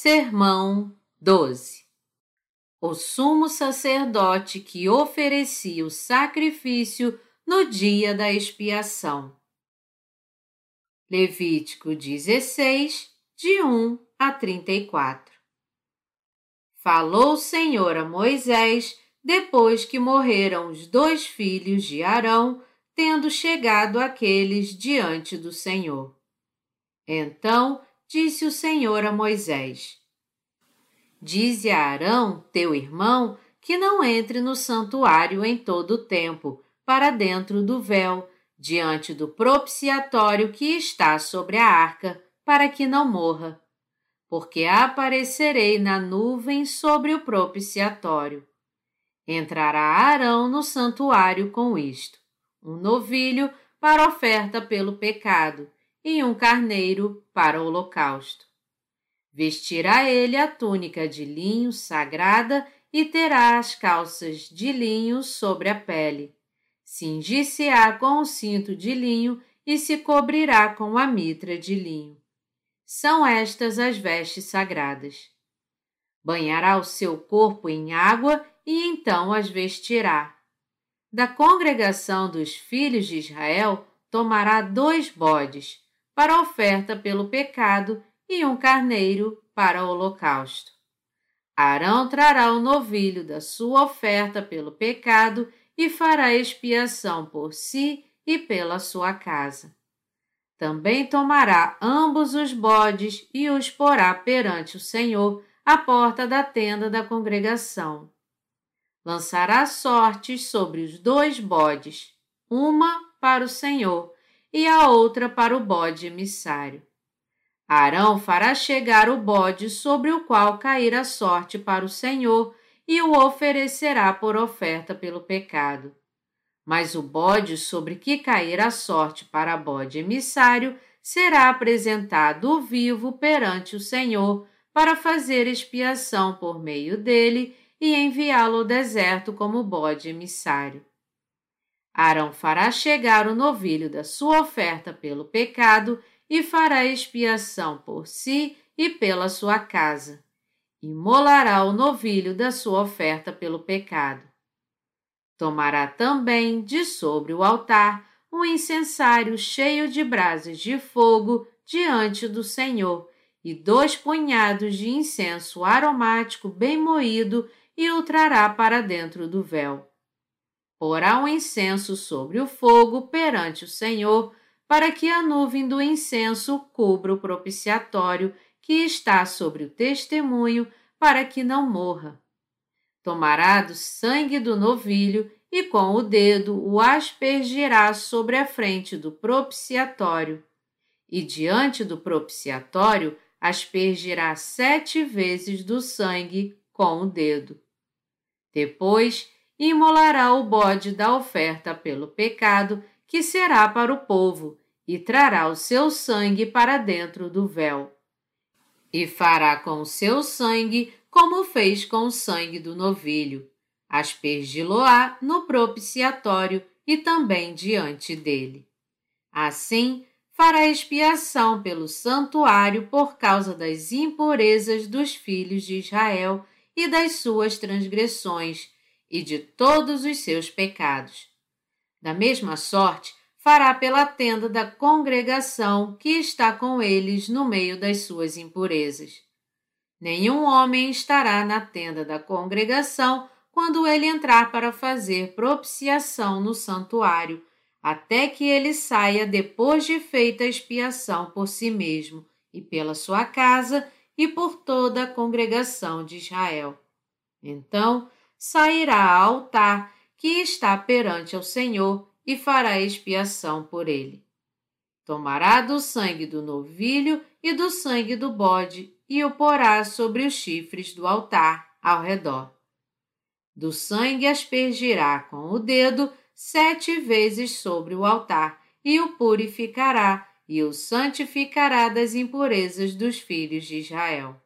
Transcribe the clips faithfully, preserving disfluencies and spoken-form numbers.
Sermão doze. O sumo sacerdote que oferecia o sacrifício no dia da expiação. Levítico dezesseis, de um a trinta e quatro. Falou o Senhor a Moisés depois que morreram os dois filhos de Arão, tendo chegado aqueles diante do Senhor. Então disse o Senhor a Moisés: Dize a Arão, teu irmão, que não entre no santuário em todo o tempo, para dentro do véu, diante do propiciatório que está sobre a arca, para que não morra. Porque aparecerei na nuvem sobre o propiciatório. Entrará Arão no santuário com isto: um novilho para oferta pelo pecado, e um carneiro para o holocausto. Vestirá ele a túnica de linho sagrada e terá as calças de linho sobre a pele. Cingir-se-á com o cinto de linho e se cobrirá com a mitra de linho. São estas as vestes sagradas. Banhará o seu corpo em água e então as vestirá. Da congregação dos filhos de Israel tomará dois bodes para oferta pelo pecado e um carneiro para o holocausto. Arão trará o novilho da sua oferta pelo pecado e fará expiação por si e pela sua casa. Também tomará ambos os bodes e os porá perante o Senhor à porta da tenda da congregação. Lançará sortes sobre os dois bodes, uma para o Senhor e a outra para o bode emissário. Arão fará chegar o bode sobre o qual cair a sorte para o Senhor e o oferecerá por oferta pelo pecado. Mas o bode sobre que cair a sorte para bode emissário será apresentado vivo perante o Senhor para fazer expiação por meio dele e enviá-lo ao deserto como bode emissário. Arão fará chegar o novilho da sua oferta pelo pecado e fará expiação por si e pela sua casa. Imolará o novilho da sua oferta pelo pecado. Tomará também de sobre o altar um incensário cheio de brasas de fogo diante do Senhor e dois punhados de incenso aromático bem moído e o trará para dentro do véu. Porá um incenso sobre o fogo perante o Senhor, para que a nuvem do incenso cubra o propiciatório que está sobre o testemunho, para que não morra. Tomará do sangue do novilho e com o dedo o aspergirá sobre a frente do propiciatório. E diante do propiciatório aspergirá sete vezes do sangue com o dedo. Depois imolará o bode da oferta pelo pecado, que será para o povo, e trará o seu sangue para dentro do véu. E fará com o seu sangue como fez com o sangue do novilho. Aspergi-lo-á no propiciatório e também diante dele. Assim, fará expiação pelo santuário por causa das impurezas dos filhos de Israel e das suas transgressões e de todos os seus pecados. Da mesma sorte, fará pela tenda da congregação que está com eles no meio das suas impurezas. Nenhum homem estará na tenda da congregação quando ele entrar para fazer propiciação no santuário, até que ele saia depois de feita a expiação por si mesmo e pela sua casa e por toda a congregação de Israel. Então sairá ao altar que está perante ao Senhor e fará expiação por ele. Tomará do sangue do novilho e do sangue do bode e o porá sobre os chifres do altar ao redor. Do sangue aspergirá com o dedo sete vezes sobre o altar e o purificará e o santificará das impurezas dos filhos de Israel.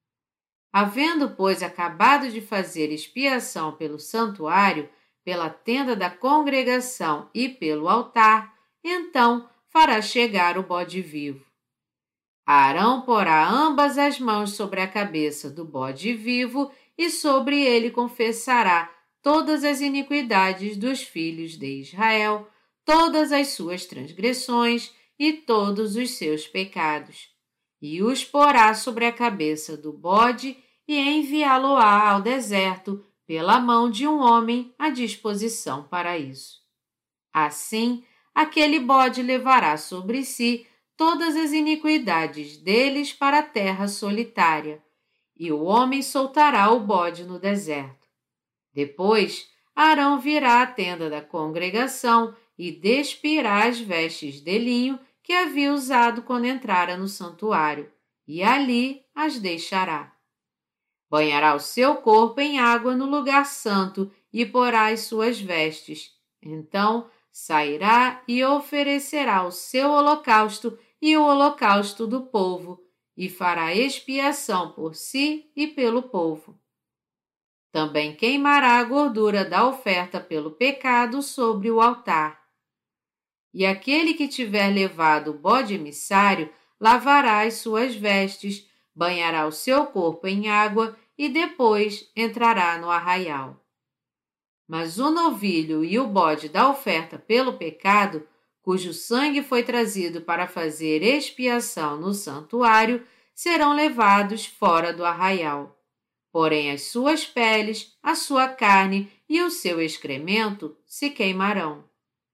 Havendo, pois, acabado de fazer expiação pelo santuário, pela tenda da congregação e pelo altar, então fará chegar o bode vivo. Arão porá ambas as mãos sobre a cabeça do bode vivo e sobre ele confessará todas as iniquidades dos filhos de Israel, todas as suas transgressões e todos os seus pecados, e os porá sobre a cabeça do bode e enviá-lo-á ao deserto pela mão de um homem à disposição para isso. Assim, aquele bode levará sobre si todas as iniquidades deles para a terra solitária, e o homem soltará o bode no deserto. Depois, Arão virá à tenda da congregação e despirá as vestes de linho que havia usado quando entrara no santuário, e ali as deixará. Banhará o seu corpo em água no lugar santo e porá as suas vestes. Então, sairá e oferecerá o seu holocausto e o holocausto do povo, e fará expiação por si e pelo povo. Também queimará a gordura da oferta pelo pecado sobre o altar. E aquele que tiver levado o bode emissário lavará as suas vestes, banhará o seu corpo em água e depois entrará no arraial. Mas o novilho e o bode da oferta pelo pecado, cujo sangue foi trazido para fazer expiação no santuário, serão levados fora do arraial. Porém as suas peles, a sua carne e o seu excremento se queimarão.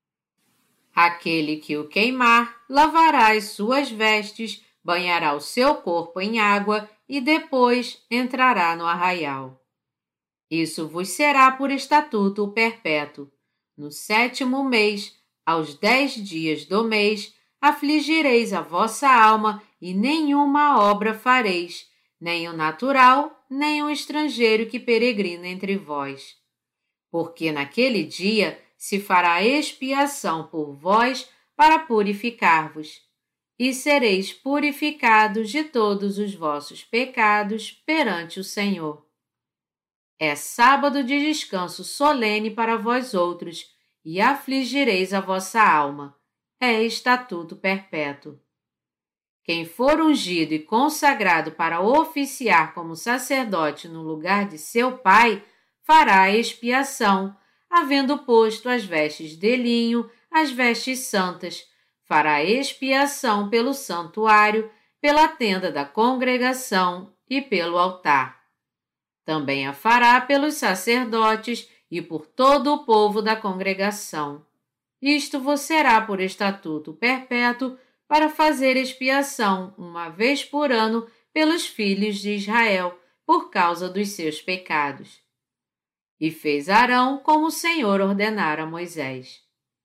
Aquele que o queimar lavará as suas vestes, banhará o seu corpo em água e depois entrará no arraial. Isso vos será por estatuto perpétuo. No sétimo mês, aos dez dias do mês, afligireis a vossa alma e nenhuma obra fareis, nem o natural, nem o estrangeiro que peregrina entre vós. Porque naquele dia se fará expiação por vós para purificar-vos, e sereis purificados de todos os vossos pecados perante o Senhor. É sábado de descanso solene para vós outros, e afligireis a vossa alma. É estatuto perpétuo. Quem for ungido e consagrado para oficiar como sacerdote no lugar de seu pai, fará expiação, havendo posto as vestes de linho, as vestes santas, fará expiação pelo santuário, pela tenda da congregação e pelo altar. Também a fará pelos sacerdotes e por todo o povo da congregação. Isto vos será por estatuto perpétuo para fazer expiação uma vez por ano pelos filhos de Israel, por causa dos seus pecados. E fez Arão como o Senhor ordenara a Moisés.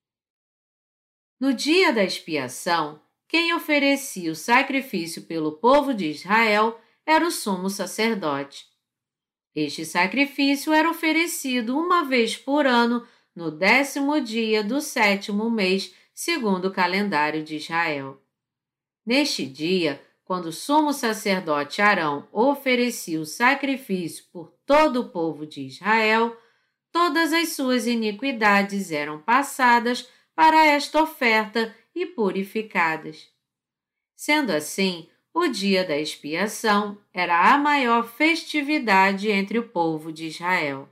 No dia da expiação, quem oferecia o sacrifício pelo povo de Israel era o sumo sacerdote. Este sacrifício era oferecido uma vez por ano, no décimo dia do sétimo mês, segundo o calendário de Israel. Neste dia, quando o sumo sacerdote Arão oferecia o sacrifício por todo o povo de Israel, todas as suas iniquidades eram passadas para esta oferta e purificadas. Sendo assim, o dia da expiação era a maior festividade entre o povo de Israel.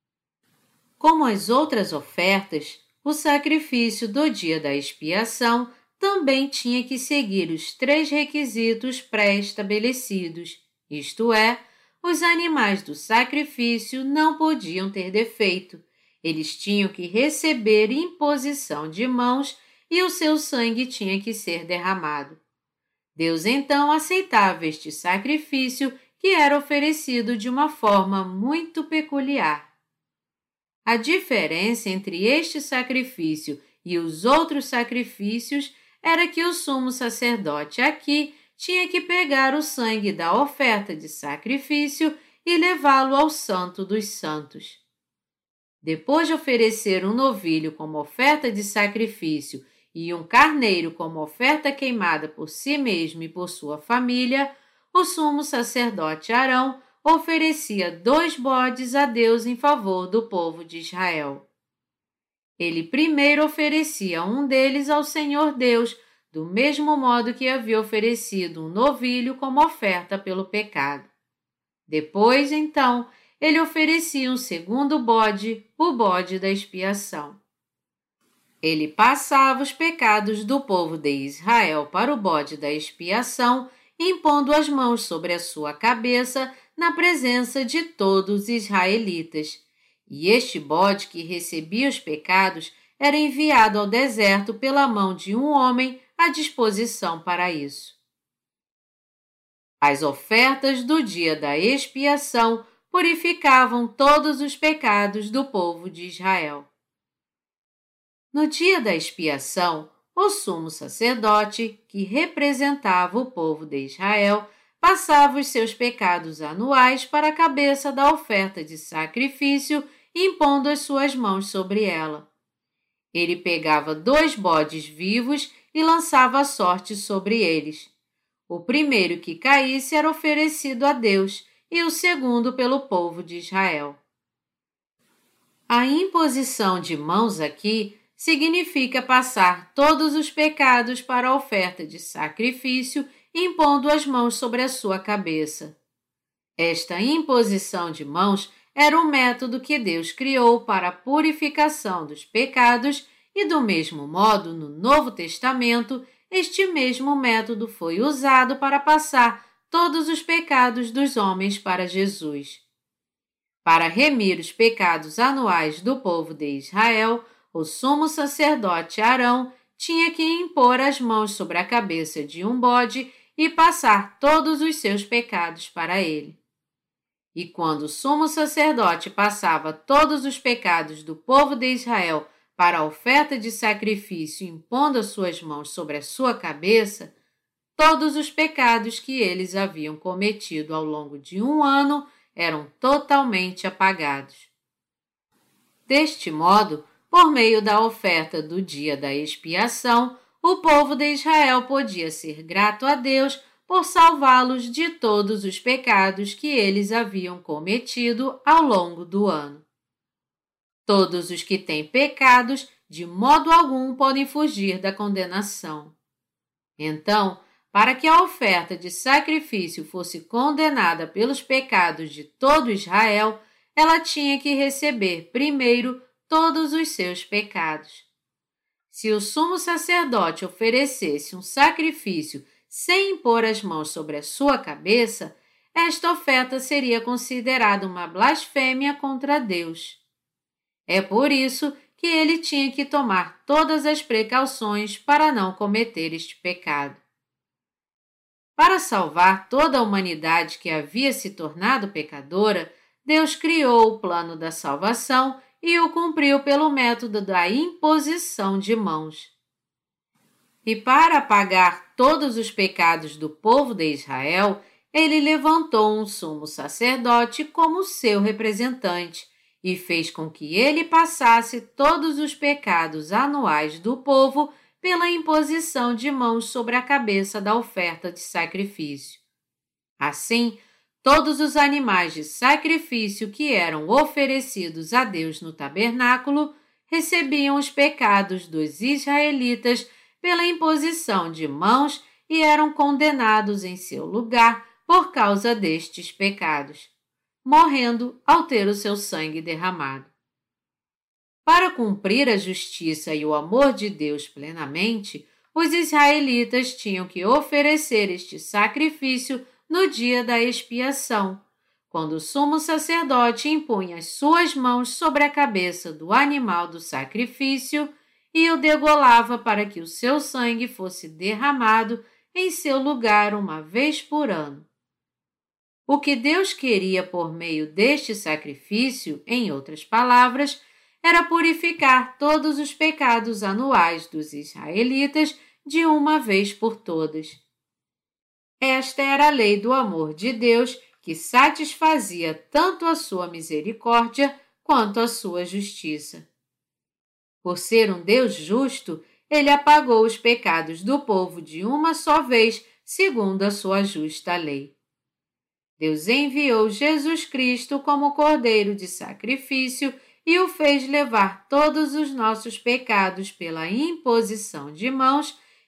Como as outras ofertas, o sacrifício do dia da expiação também tinha que seguir os três requisitos pré-estabelecidos, isto é, os animais do sacrifício não podiam ter defeito, eles tinham que receber imposição de mãos e o seu sangue tinha que ser derramado. Deus então aceitava este sacrifício que era oferecido de uma forma muito peculiar. A diferença entre este sacrifício e os outros sacrifícios era que o sumo sacerdote aqui tinha que pegar o sangue da oferta de sacrifício e levá-lo ao Santo dos Santos. Depois de oferecer um novilho como oferta de sacrifício e um carneiro como oferta queimada por si mesmo e por sua família, o sumo sacerdote Arão oferecia dois bodes a Deus em favor do povo de Israel. Ele primeiro oferecia um deles ao Senhor Deus, do mesmo modo que havia oferecido um novilho como oferta pelo pecado. Depois, então, ele oferecia um segundo bode, o bode da expiação. Ele passava os pecados do povo de Israel para o bode da expiação, impondo as mãos sobre a sua cabeça na presença de todos os israelitas. E este bode que recebia os pecados era enviado ao deserto pela mão de um homem à disposição para isso. As ofertas do dia da expiação purificavam todos os pecados do povo de Israel. No dia da expiação, o sumo sacerdote, que representava o povo de Israel, passava os seus pecados anuais para a cabeça da oferta de sacrifício, impondo as suas mãos sobre ela. Ele pegava dois bodes vivos e lançava a sorte sobre eles. O primeiro que caísse era oferecido a Deus e o segundo pelo povo de Israel. A imposição de mãos aqui significa passar todos os pecados para a oferta de sacrifício, impondo as mãos sobre a sua cabeça. Esta imposição de mãos era um método que Deus criou para a purificação dos pecados e, do mesmo modo, no Novo Testamento, este mesmo método foi usado para passar todos os pecados dos homens para Jesus. Para remir os pecados anuais do povo de Israel, o sumo sacerdote Arão tinha que impor as mãos sobre a cabeça de um bode e passar todos os seus pecados para ele. E quando o sumo sacerdote passava todos os pecados do povo de Israel para a oferta de sacrifício, impondo as suas mãos sobre a sua cabeça, todos os pecados que eles haviam cometido ao longo de um ano eram totalmente apagados. Deste modo, por meio da oferta do dia da expiação, o povo de Israel podia ser grato a Deus por salvá-los de todos os pecados que eles haviam cometido ao longo do ano. Todos os que têm pecados, de modo algum, podem fugir da condenação. Então, para que a oferta de sacrifício fosse condenada pelos pecados de todo Israel, ela tinha que receber primeiro todos os seus pecados. Se o sumo sacerdote oferecesse um sacrifício sem impor as mãos sobre a sua cabeça, esta oferta seria considerada uma blasfêmia contra Deus. É por isso que ele tinha que tomar todas as precauções para não cometer este pecado. Para salvar toda a humanidade que havia se tornado pecadora, Deus criou o plano da salvação e o cumpriu pelo método da imposição de mãos. E para apagar todos os pecados do povo de Israel, ele levantou um sumo sacerdote como seu representante e fez com que ele passasse todos os pecados anuais do povo pela imposição de mãos sobre a cabeça da oferta de sacrifício. Assim, todos os animais de sacrifício que eram oferecidos a Deus no tabernáculo recebiam os pecados dos israelitas pela imposição de mãos e eram condenados em seu lugar por causa destes pecados, morrendo ao ter o seu sangue derramado. Para cumprir a justiça e o amor de Deus plenamente, os israelitas tinham que oferecer este sacrifício no dia da expiação, quando o sumo sacerdote impunha as suas mãos sobre a cabeça do animal do sacrifício e o degolava para que o seu sangue fosse derramado em seu lugar uma vez por ano. O que Deus queria por meio deste sacrifício, em outras palavras, era purificar todos os pecados anuais dos israelitas de uma vez por todas. Esta era a lei do amor de Deus que satisfazia tanto a sua misericórdia quanto a sua justiça. Por ser um Deus justo, ele apagou os pecados do povo de uma só vez, segundo a sua justa lei. Deus enviou Jesus Cristo como cordeiro de sacrifício e o fez levar todos os nossos pecados pela imposição de mãos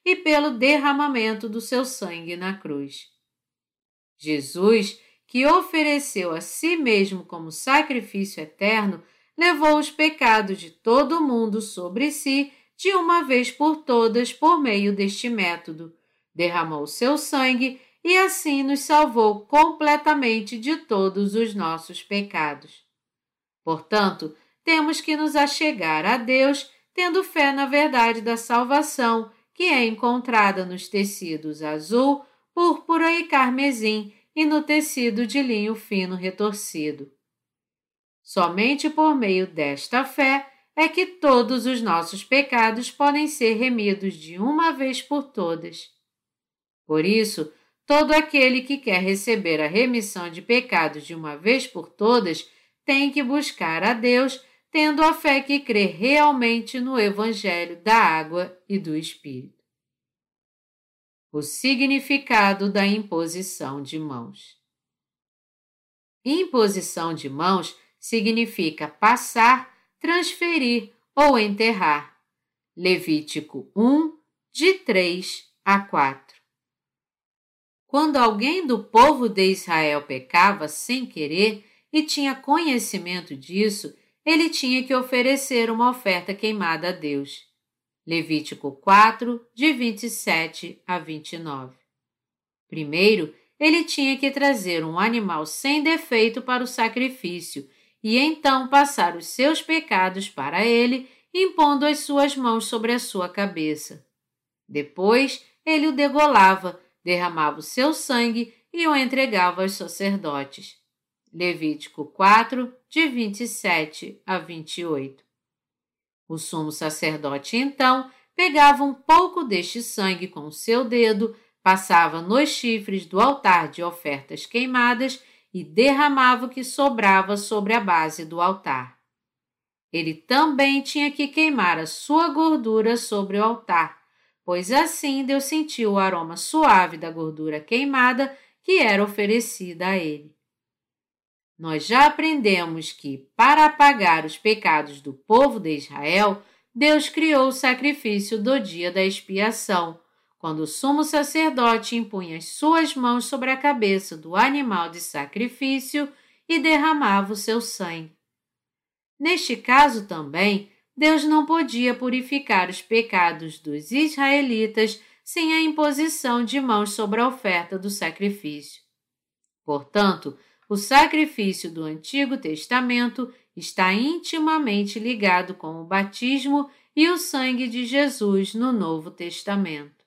e pelo derramamento do seu sangue na cruz. Jesus, que ofereceu a si mesmo como sacrifício eterno, levou os pecados de todo o mundo sobre si de uma vez por todas por meio deste método, derramou seu sangue e assim nos salvou completamente de todos os nossos pecados. Portanto, temos que nos achegar a Deus tendo fé na verdade da salvação, que é encontrada nos tecidos azul, púrpura e carmesim e no tecido de linho fino retorcido. Somente por meio desta fé é que todos os nossos pecados podem ser remidos de uma vez por todas. Por isso, todo aquele que quer receber a remissão de pecados de uma vez por todas tem que buscar a Deus, tendo a fé que crê realmente no Evangelho da água e do Espírito. O significado da imposição de mãos. Imposição de mãos significa passar, transferir ou enterrar. Levítico um, de três a quatro. Quando alguém do povo de Israel pecava sem querer e tinha conhecimento disso, ele tinha que oferecer uma oferta queimada a Deus. Levítico quatro, de vinte e sete a vinte e nove. Primeiro, ele tinha que trazer um animal sem defeito para o sacrifício e então passar os seus pecados para ele, impondo as suas mãos sobre a sua cabeça. Depois, ele o degolava, derramava o seu sangue e o entregava aos sacerdotes. Levítico quatro, de vinte e sete a vinte e oito. O sumo sacerdote, então, pegava um pouco deste sangue com o seu dedo, passava nos chifres do altar de ofertas queimadas e derramava o que sobrava sobre a base do altar. Ele também tinha que queimar a sua gordura sobre o altar, pois assim Deus sentiu o aroma suave da gordura queimada que era oferecida a ele. Nós já aprendemos que, para apagar os pecados do povo de Israel, Deus criou o sacrifício do dia da expiação, quando o sumo sacerdote impunha as suas mãos sobre a cabeça do animal de sacrifício e derramava o seu sangue. Neste caso também, Deus não podia purificar os pecados dos israelitas sem a imposição de mãos sobre a oferta do sacrifício. Portanto, o sacrifício do Antigo Testamento está intimamente ligado com o batismo e o sangue de Jesus no Novo Testamento.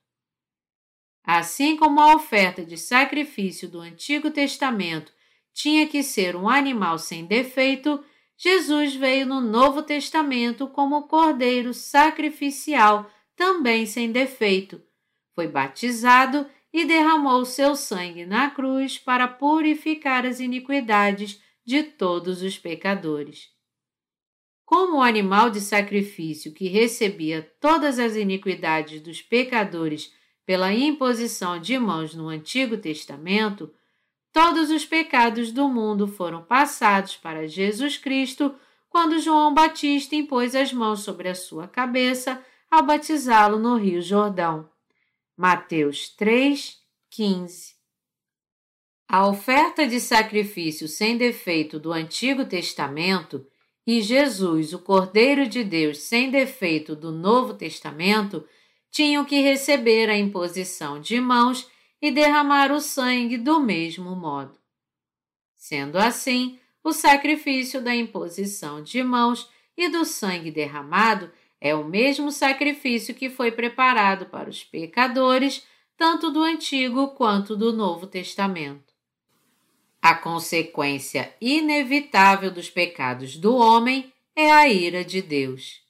Assim como a oferta de sacrifício do Antigo Testamento tinha que ser um animal sem defeito, Jesus veio no Novo Testamento como cordeiro sacrificial, também sem defeito. Foi batizado e derramou seu sangue na cruz para purificar as iniquidades de todos os pecadores. Como o animal de sacrifício que recebia todas as iniquidades dos pecadores pela imposição de mãos no Antigo Testamento, todos os pecados do mundo foram passados para Jesus Cristo quando João Batista impôs as mãos sobre a sua cabeça ao batizá-lo no Rio Jordão. Mateus três, quinze. A oferta de sacrifício sem defeito do Antigo Testamento e Jesus, o Cordeiro de Deus sem defeito do Novo Testamento, tinham que receber a imposição de mãos e derramar o sangue do mesmo modo. Sendo assim, o sacrifício da imposição de mãos e do sangue derramado é o mesmo sacrifício que foi preparado para os pecadores, tanto do Antigo quanto do Novo Testamento. A consequência inevitável dos pecados do homem é a ira de Deus.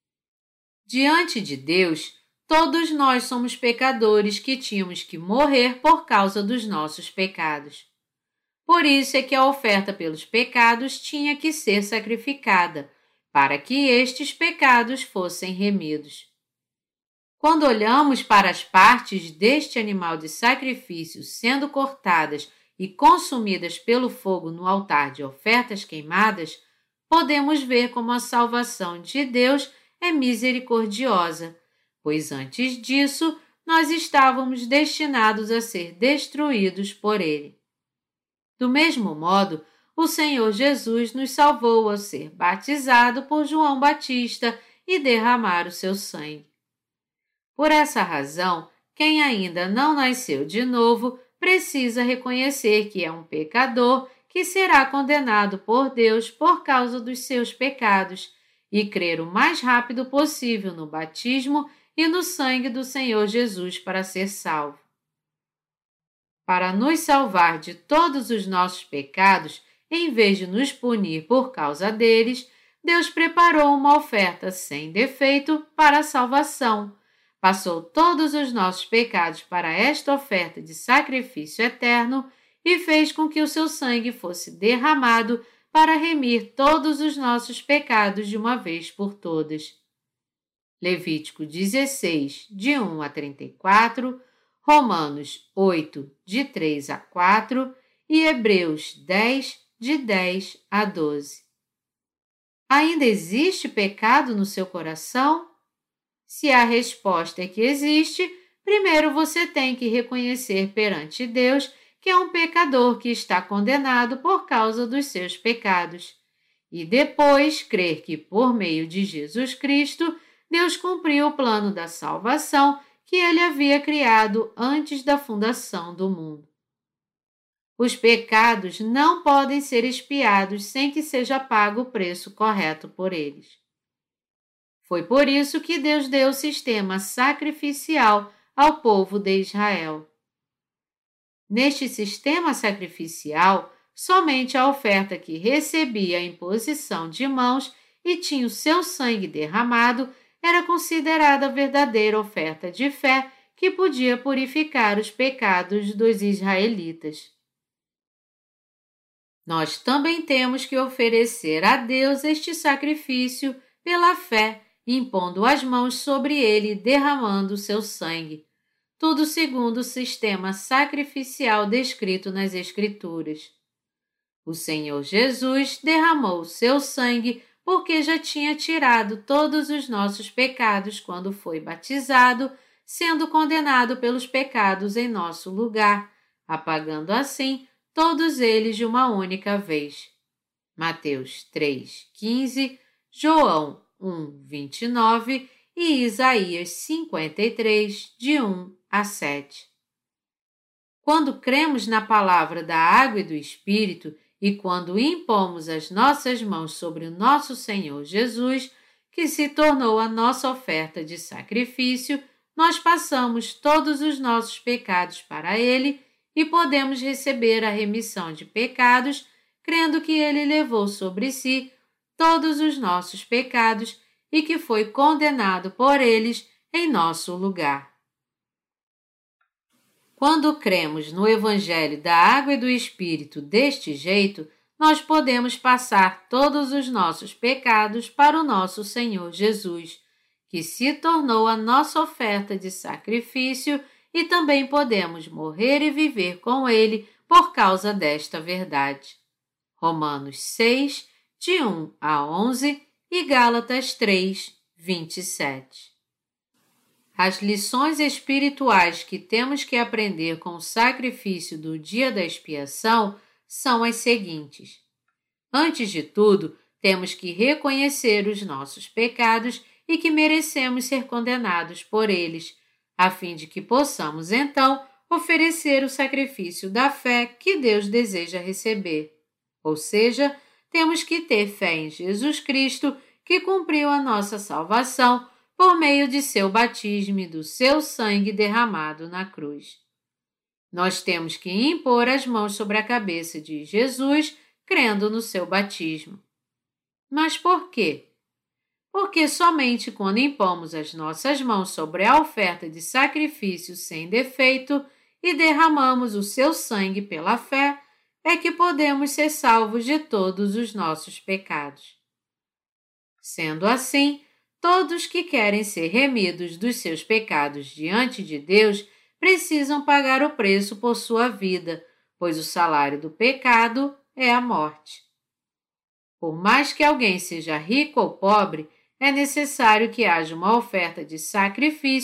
Diante de Deus, todos nós somos pecadores que tínhamos que morrer por causa dos nossos pecados. Por isso é que a oferta pelos pecados tinha que ser sacrificada, para que estes pecados fossem remidos. Quando olhamos para as partes deste animal de sacrifício sendo cortadas e consumidas pelo fogo no altar de ofertas queimadas, podemos ver como a salvação de Deus é misericordiosa, pois antes disso, nós estávamos destinados a ser destruídos por ele. Do mesmo modo, o Senhor Jesus nos salvou ao ser batizado por João Batista e derramar o seu sangue. Por essa razão, quem ainda não nasceu de novo precisa reconhecer que é um pecador que será condenado por Deus por causa dos seus pecados e crer o mais rápido possível no batismo e no sangue do Senhor Jesus para ser salvo. Para nos salvar de todos os nossos pecados, em vez de nos punir por causa deles, Deus preparou uma oferta sem defeito para a salvação. Passou todos os nossos pecados para esta oferta de sacrifício eterno e fez com que o seu sangue fosse derramado para remir todos os nossos pecados de uma vez por todas. Levítico dezesseis, de um a trinta e quatro, Romanos oito, de três a quatro e Hebreus dez, de dez a doze. Ainda existe pecado no seu coração? Se a resposta é que existe, primeiro você tem que reconhecer perante Deus que é um pecador que está condenado por causa dos seus pecados, e depois crer que, por meio de Jesus Cristo, Deus cumpriu o plano da salvação que ele havia criado antes da fundação do mundo. Os pecados não podem ser expiados sem que seja pago o preço correto por eles. Foi por isso que Deus deu o sistema sacrificial ao povo de Israel. Neste sistema sacrificial, somente a oferta que recebia a imposição de mãos e tinha o seu sangue derramado era considerada a verdadeira oferta de fé que podia purificar os pecados dos israelitas. Nós também temos que oferecer a Deus este sacrifício pela fé, impondo as mãos sobre ele e derramando o seu sangue, tudo segundo o sistema sacrificial descrito nas Escrituras. O Senhor Jesus derramou o seu sangue porque já tinha tirado todos os nossos pecados quando foi batizado, sendo condenado pelos pecados em nosso lugar, apagando assim todos eles de uma única vez. Mateus três, quinze, João um, vinte e nove e Isaías cinquenta e três, de um a sete. Quando cremos na palavra da água e do Espírito e quando impomos as nossas mãos sobre o nosso Senhor Jesus, que se tornou a nossa oferta de sacrifício, nós passamos todos os nossos pecados para Ele e podemos receber a remissão de pecados, crendo que Ele levou sobre si todos os nossos pecados e que foi condenado por eles em nosso lugar. Quando cremos no Evangelho da Água e do Espírito deste jeito, nós podemos passar todos os nossos pecados para o nosso Senhor Jesus, que se tornou a nossa oferta de sacrifício, e também podemos morrer e viver com Ele por causa desta verdade. Romanos seis, de um a onze e Gálatas três, vinte e sete. As lições espirituais que temos que aprender com o sacrifício do dia da expiação são as seguintes. Antes de tudo, temos que reconhecer os nossos pecados e que merecemos ser condenados por eles, a fim de que possamos, então, oferecer o sacrifício da fé que Deus deseja receber. Ou seja, temos que ter fé em Jesus Cristo, que cumpriu a nossa salvação por meio de seu batismo e do seu sangue derramado na cruz. Nós temos que impor as mãos sobre a cabeça de Jesus, crendo no seu batismo. Mas por quê? Porque somente quando impomos as nossas mãos sobre a oferta de sacrifício sem defeito e derramamos o seu sangue pela fé, é que podemos ser salvos de todos os nossos pecados. Sendo assim, todos que querem ser remidos dos seus pecados diante de Deus precisam pagar o preço por sua vida, pois o salário do pecado é a morte. Por mais que alguém seja rico ou pobre, é necessário que haja uma oferta de sacrifício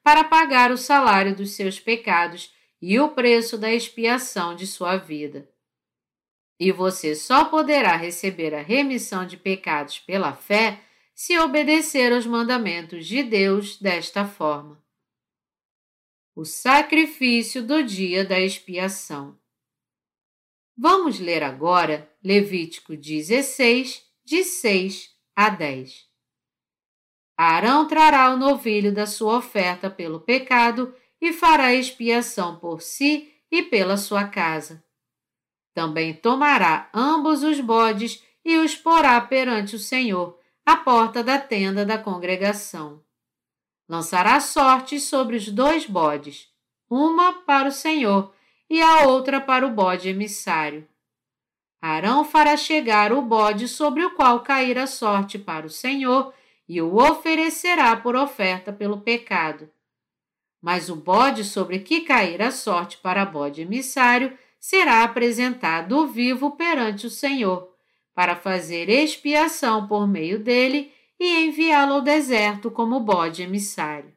para pagar o salário dos seus pecados e o preço da expiação de sua vida. E você só poderá receber a remissão de pecados pela fé se obedecer aos mandamentos de Deus desta forma. O sacrifício do dia da expiação. Vamos ler agora Levítico dezesseis, de seis a dez. Arão trará o novilho da sua oferta pelo pecado e fará expiação por si e pela sua casa. Também tomará ambos os bodes e os porá perante o Senhor, à porta da tenda da congregação. Lançará sortes sobre os dois bodes, uma para o Senhor e a outra para o bode emissário. Arão fará chegar o bode sobre o qual cair a sorte para o Senhor e o oferecerá por oferta pelo pecado. Mas o bode sobre que cair a sorte para bode emissário será apresentado vivo perante o Senhor, para fazer expiação por meio dele e enviá-lo ao deserto como bode emissário.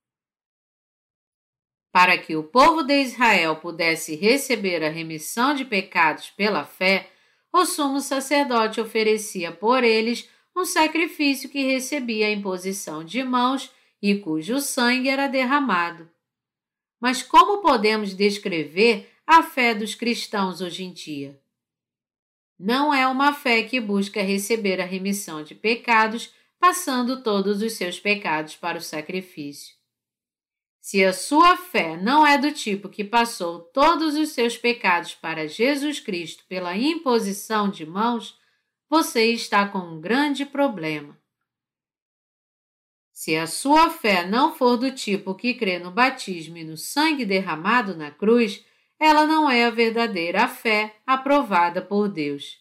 Para que o povo de Israel pudesse receber a remissão de pecados pela fé, o sumo sacerdote oferecia por eles um sacrifício que recebia a imposição de mãos e cujo sangue era derramado. Mas como podemos descrever a fé dos cristãos hoje em dia? Não é uma fé que busca receber a remissão de pecados, passando todos os seus pecados para o sacrifício. Se a sua fé não é do tipo que passou todos os seus pecados para Jesus Cristo pela imposição de mãos, você está com um grande problema. Se a sua fé não for do tipo que crê no batismo e no sangue derramado na cruz, ela não é a verdadeira fé aprovada por Deus.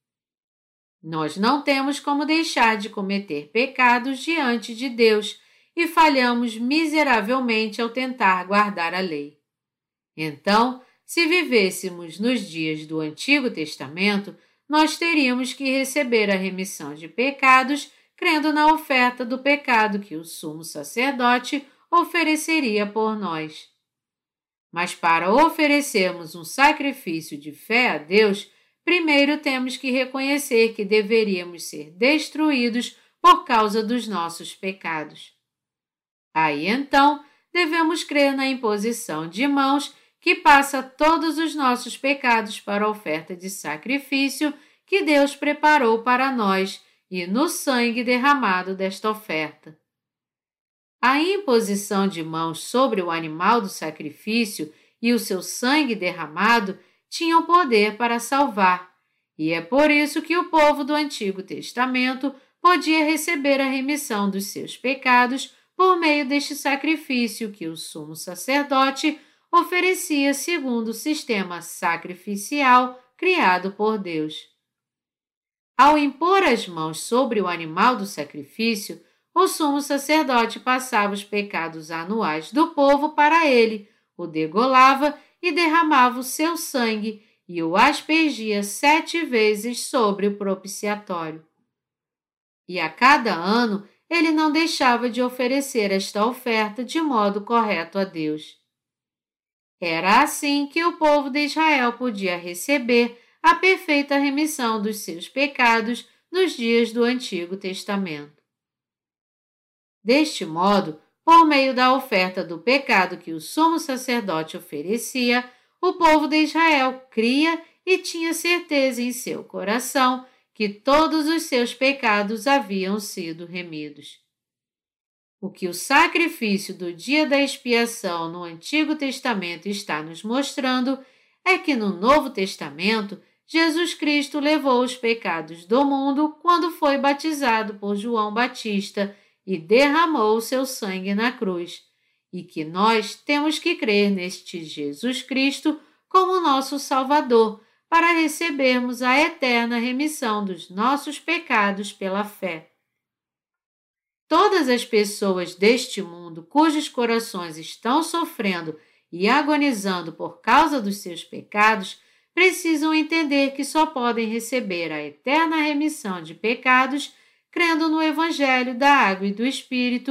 Nós não temos como deixar de cometer pecados diante de Deus e falhamos miseravelmente ao tentar guardar a lei. Então, se vivêssemos nos dias do Antigo Testamento, nós teríamos que receber a remissão de pecados crendo na oferta do pecado que o sumo sacerdote ofereceria por nós. Mas para oferecermos um sacrifício de fé a Deus, primeiro temos que reconhecer que deveríamos ser destruídos por causa dos nossos pecados. Aí então, devemos crer na imposição de mãos que passa todos os nossos pecados para a oferta de sacrifício que Deus preparou para nós e no sangue derramado desta oferta. A imposição de mãos sobre o animal do sacrifício e o seu sangue derramado tinham poder para salvar, e é por isso que o povo do Antigo Testamento podia receber a remissão dos seus pecados por meio deste sacrifício que o sumo sacerdote oferecia segundo o sistema sacrificial criado por Deus. Ao impor as mãos sobre o animal do sacrifício, o sumo sacerdote passava os pecados anuais do povo para ele, o degolava e derramava o seu sangue e o aspergia sete vezes sobre o propiciatório. E a cada ano ele não deixava de oferecer esta oferta de modo correto a Deus. Era assim que o povo de Israel podia receber a perfeita remissão dos seus pecados nos dias do Antigo Testamento. Deste modo, por meio da oferta do pecado que o sumo sacerdote oferecia, o povo de Israel cria e tinha certeza em seu coração que todos os seus pecados haviam sido remidos. O que o sacrifício do dia da expiação no Antigo Testamento está nos mostrando é que no Novo Testamento, Jesus Cristo levou os pecados do mundo quando foi batizado por João Batista e derramou o seu sangue na cruz, e que nós temos que crer neste Jesus Cristo como nosso Salvador para recebermos a eterna remissão dos nossos pecados pela fé. Todas as pessoas deste mundo cujos corações estão sofrendo e agonizando por causa dos seus pecados precisam entender que só podem receber a eterna remissão de pecados crendo no Evangelho da Água e do Espírito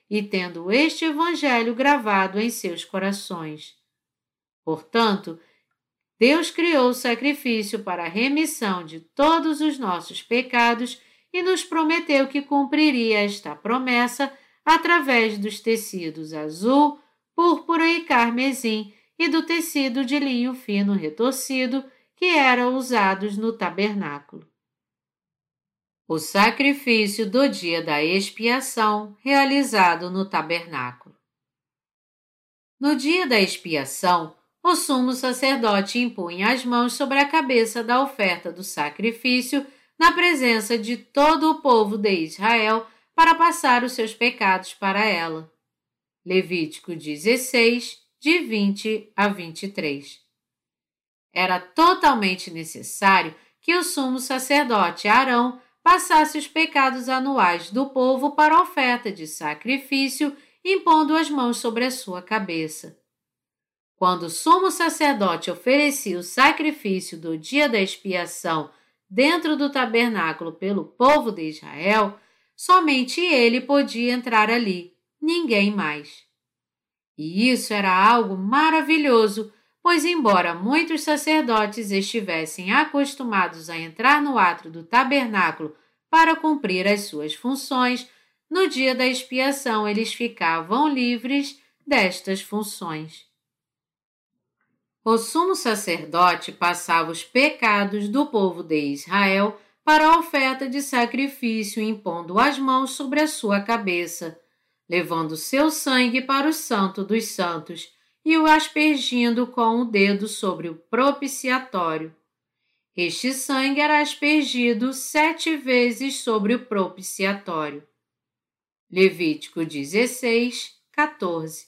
e tendo este evangelho gravado em seus corações. Portanto, Deus criou o sacrifício para a remissão de todos os nossos pecados e nos prometeu que cumpriria esta promessa através dos tecidos azul, púrpura e carmesim e do tecido de linho fino retorcido que eram usados no tabernáculo. O sacrifício do dia da expiação realizado no tabernáculo. No dia da expiação, o sumo sacerdote impunha as mãos sobre a cabeça da oferta do sacrifício na presença de todo o povo de Israel para passar os seus pecados para ela. Levítico dezesseis, de vinte a vinte e três. Era totalmente necessário que o sumo sacerdote Arão passasse os pecados anuais do povo para a oferta de sacrifício, impondo as mãos sobre a sua cabeça. Quando o sumo sacerdote oferecia o sacrifício do dia da expiação dentro do tabernáculo pelo povo de Israel, somente ele podia entrar ali, ninguém mais. E isso era algo maravilhoso, pois embora muitos sacerdotes estivessem acostumados a entrar no átrio do tabernáculo para cumprir as suas funções, no dia da expiação eles ficavam livres destas funções. O sumo sacerdote passava os pecados do povo de Israel para a oferta de sacrifício, impondo as mãos sobre a sua cabeça, levando seu sangue para o Santo dos Santos e o aspergindo com o dedo sobre o propiciatório. Este sangue era aspergido sete vezes sobre o propiciatório. Levítico dezesseis, quatorze.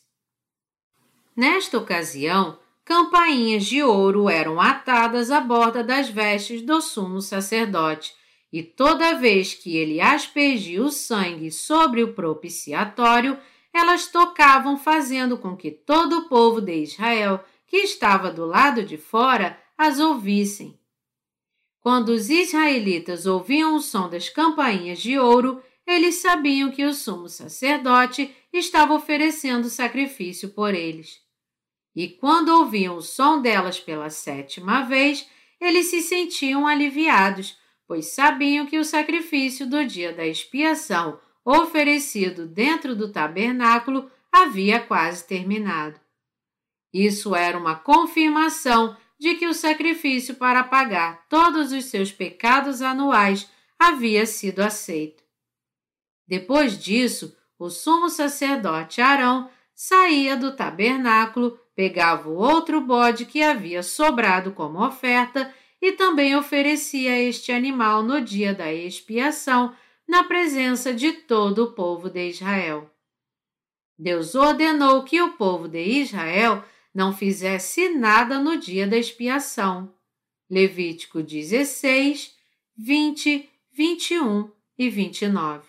Nesta ocasião, campainhas de ouro eram atadas à borda das vestes do sumo sacerdote, e toda vez que ele aspergia o sangue sobre o propiciatório, elas tocavam, fazendo com que todo o povo de Israel, que estava do lado de fora, as ouvissem. Quando os israelitas ouviam o som das campainhas de ouro, eles sabiam que o sumo sacerdote estava oferecendo sacrifício por eles. E quando ouviam o som delas pela sétima vez, eles se sentiam aliviados, pois sabiam que o sacrifício do dia da expiação oferecido dentro do tabernáculo havia quase terminado. Isso era uma confirmação de que o sacrifício para pagar todos os seus pecados anuais havia sido aceito. Depois disso, o sumo sacerdote Arão saía do tabernáculo, pegava o outro bode que havia sobrado como oferta e também oferecia este animal no dia da expiação, na presença de todo o povo de Israel. Deus ordenou que o povo de Israel não fizesse nada no dia da expiação. Levítico dezesseis, vinte, vinte e um e vinte e nove.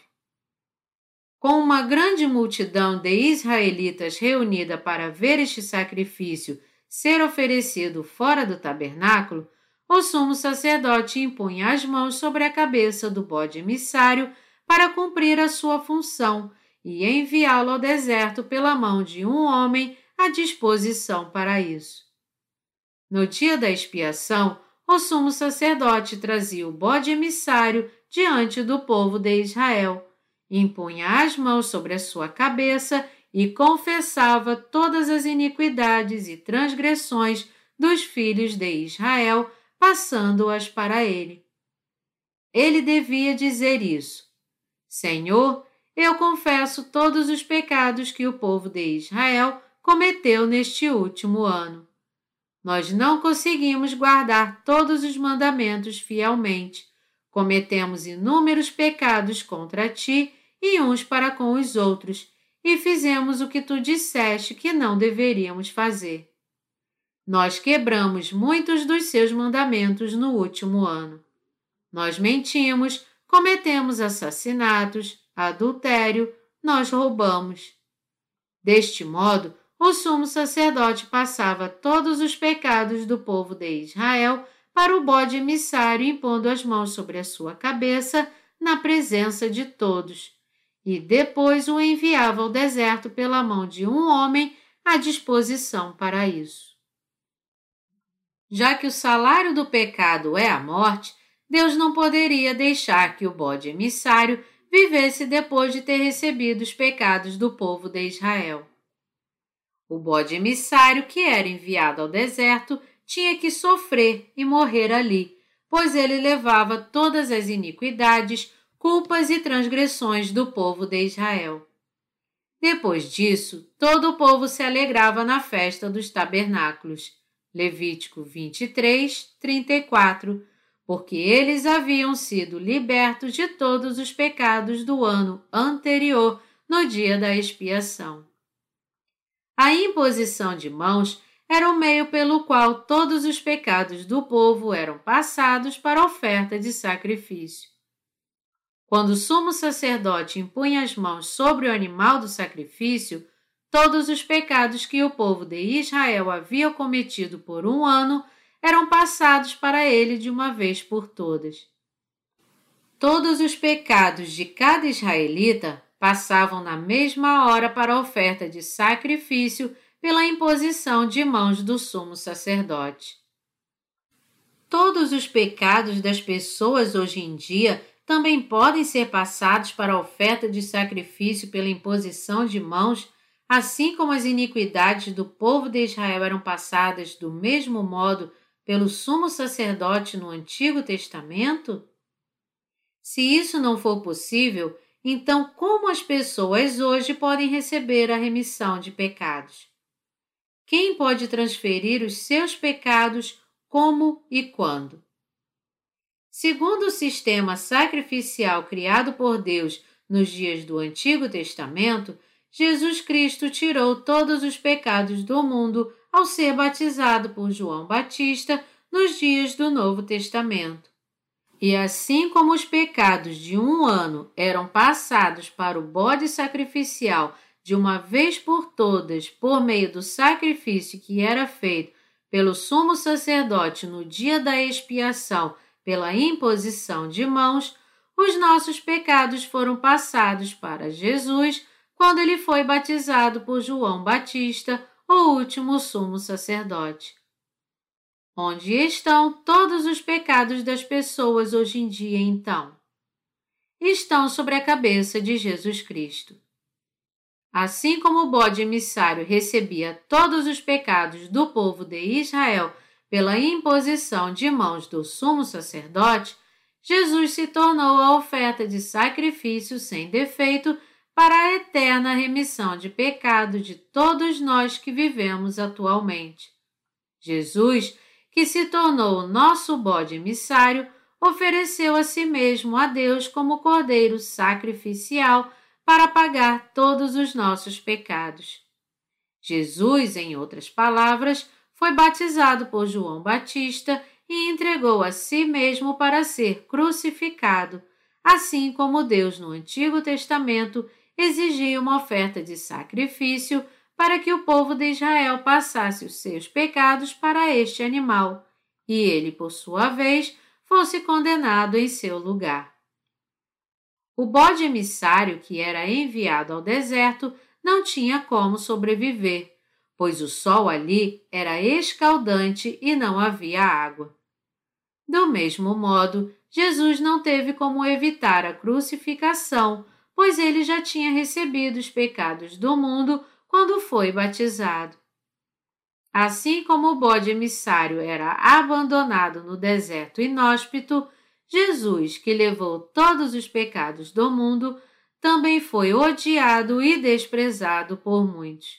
Com uma grande multidão de israelitas reunida para ver este sacrifício ser oferecido fora do tabernáculo, o sumo sacerdote impunha as mãos sobre a cabeça do bode emissário para cumprir a sua função e enviá-lo ao deserto pela mão de um homem à disposição para isso. No dia da expiação, o sumo sacerdote trazia o bode emissário diante do povo de Israel, impunha as mãos sobre a sua cabeça e confessava todas as iniquidades e transgressões dos filhos de Israel, passando-as para ele. Ele devia dizer isso: Senhor, eu confesso todos os pecados que o povo de Israel cometeu neste último ano. Nós não conseguimos guardar todos os mandamentos fielmente. Cometemos inúmeros pecados contra ti e uns para com os outros, e fizemos o que tu disseste que não deveríamos fazer. Nós quebramos muitos dos seus mandamentos no último ano. Nós mentimos, cometemos assassinatos, adultério, nós roubamos. Deste modo, o sumo sacerdote passava todos os pecados do povo de Israel para o bode emissário, impondo as mãos sobre a sua cabeça na presença de todos. e depois o enviava ao deserto pela mão de um homem à disposição para isso. Já que o salário do pecado é a morte, Deus não poderia deixar que o bode emissário vivesse depois de ter recebido os pecados do povo de Israel. O bode emissário que era enviado ao deserto tinha que sofrer e morrer ali, pois ele levava todas as iniquidades, culpas e transgressões do povo de Israel. Depois disso, todo o povo se alegrava na festa dos tabernáculos. Levítico vinte e três, trinta e quatro, porque eles haviam sido libertos de todos os pecados do ano anterior no dia da expiação. A imposição de mãos era o meio pelo qual todos os pecados do povo eram passados para a oferta de sacrifício. Quando o sumo sacerdote impunha as mãos sobre o animal do sacrifício, todos os pecados que o povo de Israel havia cometido por um ano eram passados para ele de uma vez por todas. Todos os pecados de cada israelita passavam na mesma hora para a oferta de sacrifício pela imposição de mãos do sumo sacerdote. Todos os pecados das pessoas hoje em dia também podem ser passados para a oferta de sacrifício pela imposição de mãos, assim como as iniquidades do povo de Israel eram passadas do mesmo modo pelo sumo sacerdote no Antigo Testamento? Se isso não for possível, então como as pessoas hoje podem receber a remissão de pecados? Quem pode transferir os seus pecados, como e quando? Segundo o sistema sacrificial criado por Deus nos dias do Antigo Testamento, Jesus Cristo tirou todos os pecados do mundo ao ser batizado por João Batista nos dias do Novo Testamento. E assim como os pecados de um ano eram passados para o bode sacrificial de uma vez por todas por meio do sacrifício que era feito pelo sumo sacerdote no dia da expiação pela imposição de mãos, os nossos pecados foram passados para Jesus quando ele foi batizado por João Batista, o último sumo sacerdote. Onde estão todos os pecados das pessoas hoje em dia, então? Estão sobre a cabeça de Jesus Cristo. Assim como o bode emissário recebia todos os pecados do povo de Israel pela imposição de mãos do sumo sacerdote, Jesus se tornou a oferta de sacrifício sem defeito para a eterna remissão de pecado de todos nós que vivemos atualmente. Jesus, que se tornou o nosso bode emissário, ofereceu a si mesmo a Deus como cordeiro sacrificial para pagar todos os nossos pecados. Jesus, em outras palavras, foi batizado por João Batista e entregou a si mesmo para ser crucificado, assim como Deus no Antigo Testamento exigia uma oferta de sacrifício para que o povo de Israel passasse os seus pecados para este animal, e ele, por sua vez, fosse condenado em seu lugar. O bode emissário que era enviado ao deserto não tinha como sobreviver, pois o sol ali era escaldante e não havia água. Do mesmo modo, Jesus não teve como evitar a crucificação, pois ele já tinha recebido os pecados do mundo quando foi batizado. Assim como o bode emissário era abandonado no deserto inóspito, Jesus, que levou todos os pecados do mundo, também foi odiado e desprezado por muitos.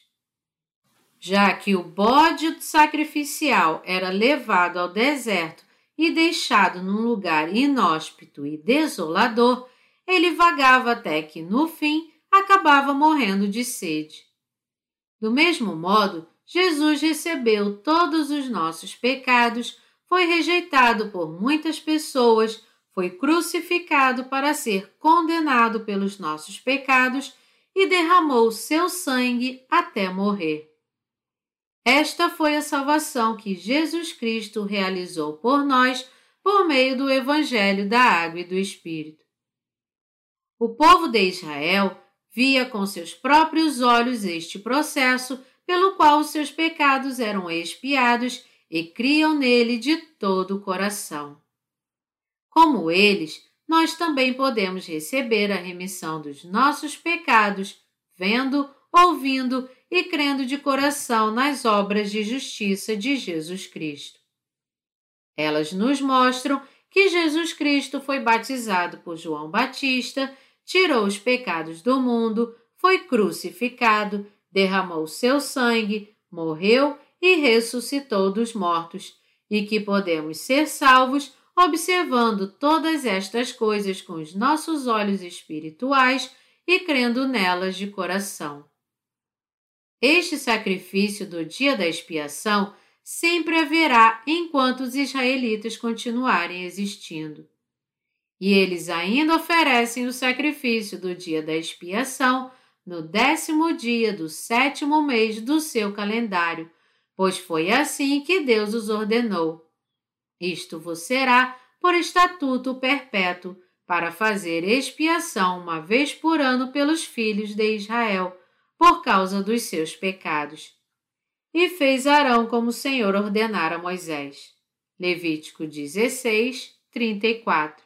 Já que o bode sacrificial era levado ao deserto e deixado num lugar inóspito e desolador, ele vagava até que, no fim, acabava morrendo de sede. Do mesmo modo, Jesus recebeu todos os nossos pecados, foi rejeitado por muitas pessoas, foi crucificado para ser condenado pelos nossos pecados e derramou seu sangue até morrer. Esta foi a salvação que Jesus Cristo realizou por nós por meio do Evangelho da Água e do Espírito. O povo de Israel via com seus próprios olhos este processo pelo qual os seus pecados eram expiados e criam nele de todo o coração. Como eles, nós também podemos receber a remissão dos nossos pecados, vendo, ouvindo e crendo de coração nas obras de justiça de Jesus Cristo. Elas nos mostram que Jesus Cristo foi batizado por João Batista, tirou os pecados do mundo, foi crucificado, derramou seu sangue, morreu e ressuscitou dos mortos, e que podemos ser salvos observando todas estas coisas com os nossos olhos espirituais e crendo nelas de coração. Este sacrifício do dia da expiação sempre haverá enquanto os israelitas continuarem existindo. E eles ainda oferecem o sacrifício do dia da expiação no décimo dia do sétimo mês do seu calendário, pois foi assim que Deus os ordenou. Isto vos será por estatuto perpétuo, para fazer expiação uma vez por ano pelos filhos de Israel, por causa dos seus pecados. E fez Arão como o Senhor ordenara a Moisés. Levítico dezesseis, trinta e quatro.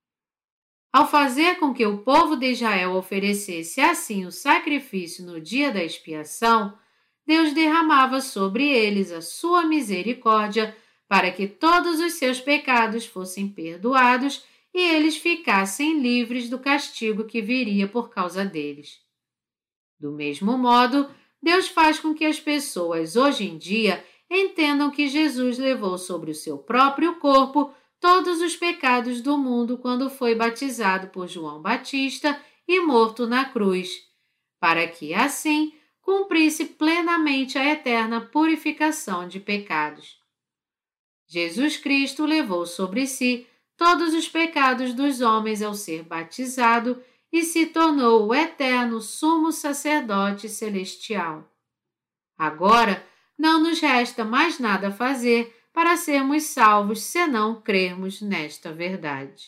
Ao fazer com que o povo de Israel oferecesse assim o sacrifício no dia da expiação, Deus derramava sobre eles a sua misericórdia para que todos os seus pecados fossem perdoados e eles ficassem livres do castigo que viria por causa deles. Do mesmo modo, Deus faz com que as pessoas hoje em dia entendam que Jesus levou sobre o seu próprio corpo todos os pecados do mundo quando foi batizado por João Batista e morto na cruz, para que, assim, cumprisse plenamente a eterna purificação de pecados. Jesus Cristo levou sobre si todos os pecados dos homens ao ser batizado e se tornou o eterno sumo sacerdote celestial. Agora, não nos resta mais nada a fazer para sermos salvos senão crermos nesta verdade.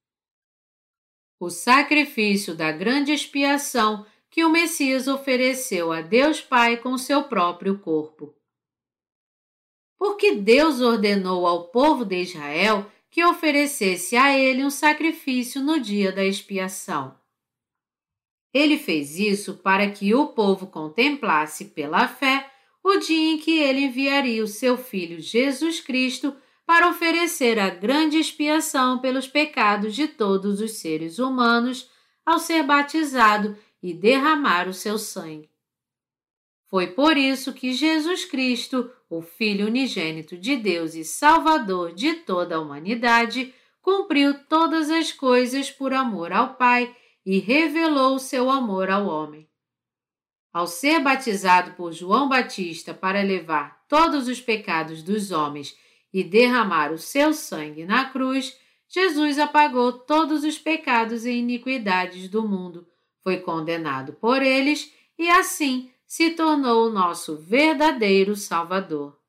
O sacrifício da grande expiação que o Messias ofereceu a Deus Pai com seu próprio corpo. Porque Deus ordenou ao povo de Israel que oferecesse a ele um sacrifício no dia da expiação. Ele fez isso para que o povo contemplasse pela fé o dia em que ele enviaria o seu Filho Jesus Cristo para oferecer a grande expiação pelos pecados de todos os seres humanos ao ser batizado e derramar o seu sangue. Foi por isso que Jesus Cristo, o Filho unigênito de Deus e Salvador de toda a humanidade, cumpriu todas as coisas por amor ao Pai e revelou o seu amor ao homem. Ao ser batizado por João Batista para levar todos os pecados dos homens e derramar o seu sangue na cruz, Jesus apagou todos os pecados e iniquidades do mundo, foi condenado por eles e, assim, se tornou o nosso verdadeiro Salvador.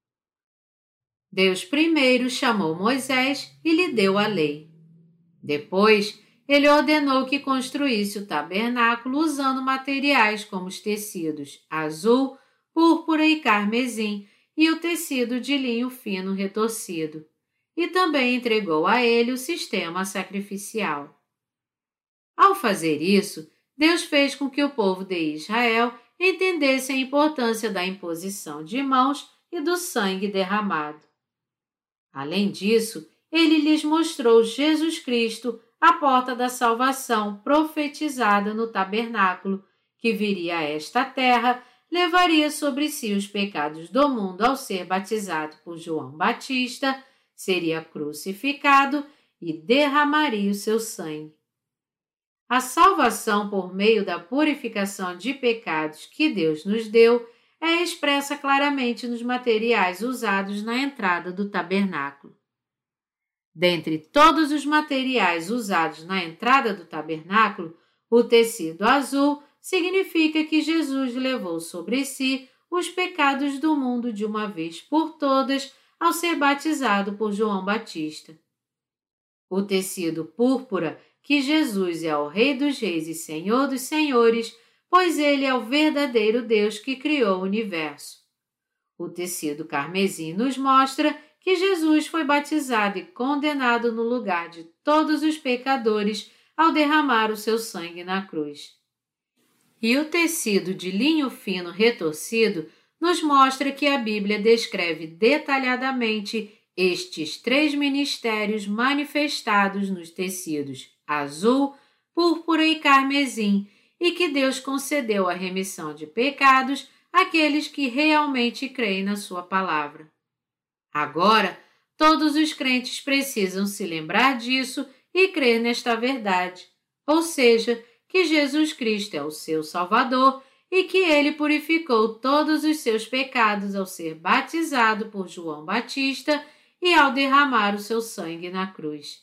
Deus primeiro chamou Moisés e lhe deu a lei. Depois, ele ordenou que construísse o tabernáculo usando materiais como os tecidos azul, púrpura e carmesim e o tecido de linho fino retorcido, e também entregou a ele o sistema sacrificial. Ao fazer isso, Deus fez com que o povo de Israel entendesse a importância da imposição de mãos e do sangue derramado. Além disso, ele lhes mostrou Jesus Cristo, a porta da salvação profetizada no tabernáculo, que viria a esta terra, levaria sobre si os pecados do mundo ao ser batizado por João Batista, seria crucificado e derramaria o seu sangue. A salvação por meio da purificação de pecados que Deus nos deu é expressa claramente nos materiais usados na entrada do tabernáculo. Dentre todos os materiais usados na entrada do tabernáculo, o tecido azul significa que Jesus levou sobre si os pecados do mundo de uma vez por todas ao ser batizado por João Batista. O tecido púrpura que Jesus é o Rei dos Reis e Senhor dos Senhores, pois Ele é o verdadeiro Deus que criou o universo. O tecido carmesim nos mostra que Jesus foi batizado e condenado no lugar de todos os pecadores ao derramar o seu sangue na cruz. E o tecido de linho fino retorcido nos mostra que a Bíblia descreve detalhadamente estes três ministérios manifestados nos tecidos azul, púrpura e carmesim, e que Deus concedeu a remissão de pecados àqueles que realmente creem na sua palavra. Agora, todos os crentes precisam se lembrar disso e crer nesta verdade, ou seja, que Jesus Cristo é o seu Salvador e que Ele purificou todos os seus pecados ao ser batizado por João Batista e ao derramar o seu sangue na cruz.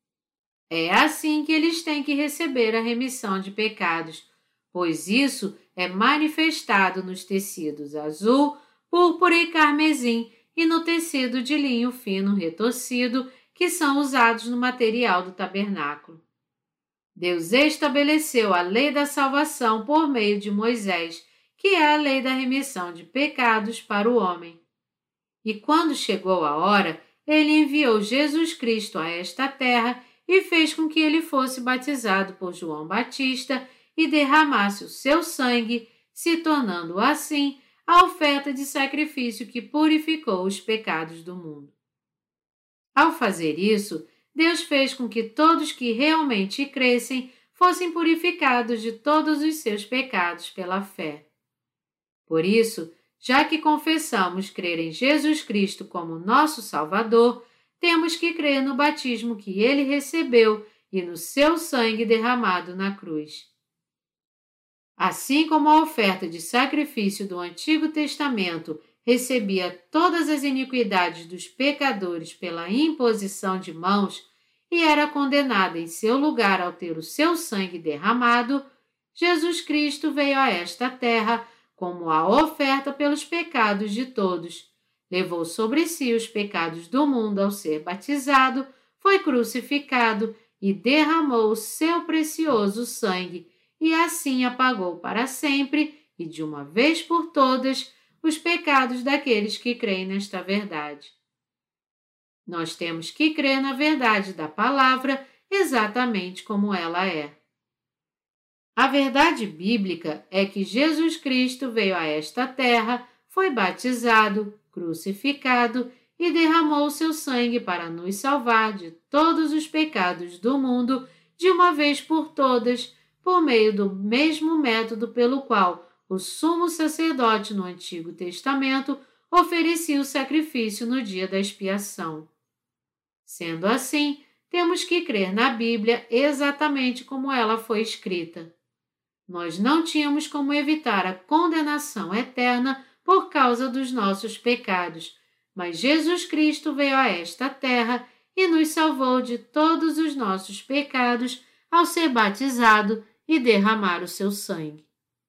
É assim que eles têm que receber a remissão de pecados, pois isso é manifestado nos tecidos azul, púrpura e carmesim e no tecido de linho fino retorcido que são usados no material do tabernáculo. Deus estabeleceu a lei da salvação por meio de Moisés, que é a lei da remissão de pecados para o homem. E quando chegou a hora, Ele enviou Jesus Cristo a esta terra e fez com que ele fosse batizado por João Batista e derramasse o seu sangue, se tornando assim a oferta de sacrifício que purificou os pecados do mundo. Ao fazer isso, Deus fez com que todos que realmente crescem fossem purificados de todos os seus pecados pela fé. Por isso, já que confessamos crer em Jesus Cristo como nosso Salvador, temos que crer no batismo que ele recebeu e no seu sangue derramado na cruz. Assim como a oferta de sacrifício do Antigo Testamento recebia todas as iniquidades dos pecadores pela imposição de mãos e era condenada em seu lugar ao ter o seu sangue derramado, Jesus Cristo veio a esta terra como a oferta pelos pecados de todos. Levou sobre si os pecados do mundo ao ser batizado, foi crucificado e derramou o seu precioso sangue, e assim apagou para sempre e de uma vez por todas os pecados daqueles que creem nesta verdade. Nós temos que crer na verdade da palavra exatamente como ela é. A verdade bíblica é que Jesus Cristo veio a esta terra, foi batizado, crucificado e derramou o seu sangue para nos salvar de todos os pecados do mundo de uma vez por todas, por meio do mesmo método pelo qual o sumo sacerdote no Antigo Testamento oferecia o sacrifício no dia da expiação. Sendo assim, temos que crer na Bíblia exatamente como ela foi escrita. Nós não tínhamos como evitar a condenação eterna por causa dos nossos pecados, mas Jesus Cristo veio a esta terra e nos salvou de todos os nossos pecados ao ser batizado e derramar o seu sangue.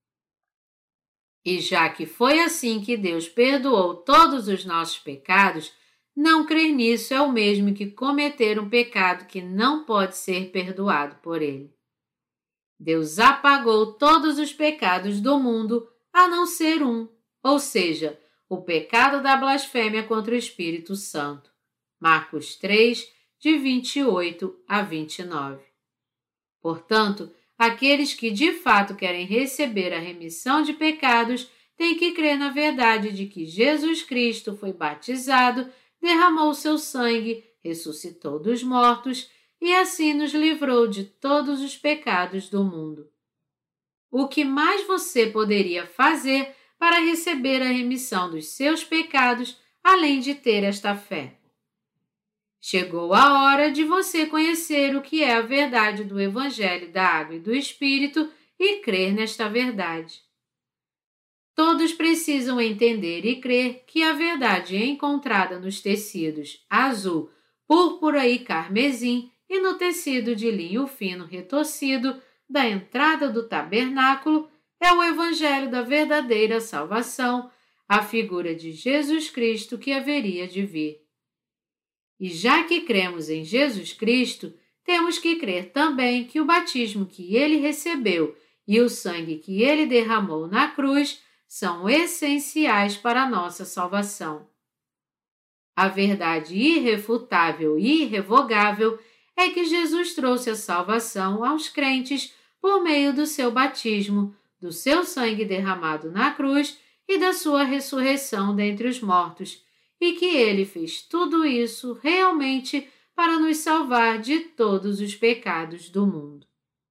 E já que foi assim que Deus perdoou todos os nossos pecados, não crer nisso é o mesmo que cometer um pecado que não pode ser perdoado por Ele. Deus apagou todos os pecados do mundo, a não ser um, ou seja, o pecado da blasfêmia contra o Espírito Santo. Marcos três, de vinte e oito a vinte e nove. Portanto, aqueles que de fato querem receber a remissão de pecados têm que crer na verdade de que Jesus Cristo foi batizado, derramou seu sangue, ressuscitou dos mortos e assim nos livrou de todos os pecados do mundo. O que mais você poderia fazer para receber a remissão dos seus pecados, além de ter esta fé? Chegou a hora de você conhecer o que é a verdade do Evangelho da Água e do Espírito e crer nesta verdade. Todos precisam entender e crer que a verdade encontrada nos tecidos azul, púrpura e carmesim e no tecido de linho fino retorcido da entrada do tabernáculo é o Evangelho da verdadeira salvação, a figura de Jesus Cristo que haveria de vir. E já que cremos em Jesus Cristo, temos que crer também que o batismo que ele recebeu e o sangue que ele derramou na cruz são essenciais para a nossa salvação. A verdade irrefutável e irrevogável é que Jesus trouxe a salvação aos crentes por meio do seu batismo, do seu sangue derramado na cruz e da sua ressurreição dentre os mortos, e que ele fez tudo isso realmente para nos salvar de todos os pecados do mundo.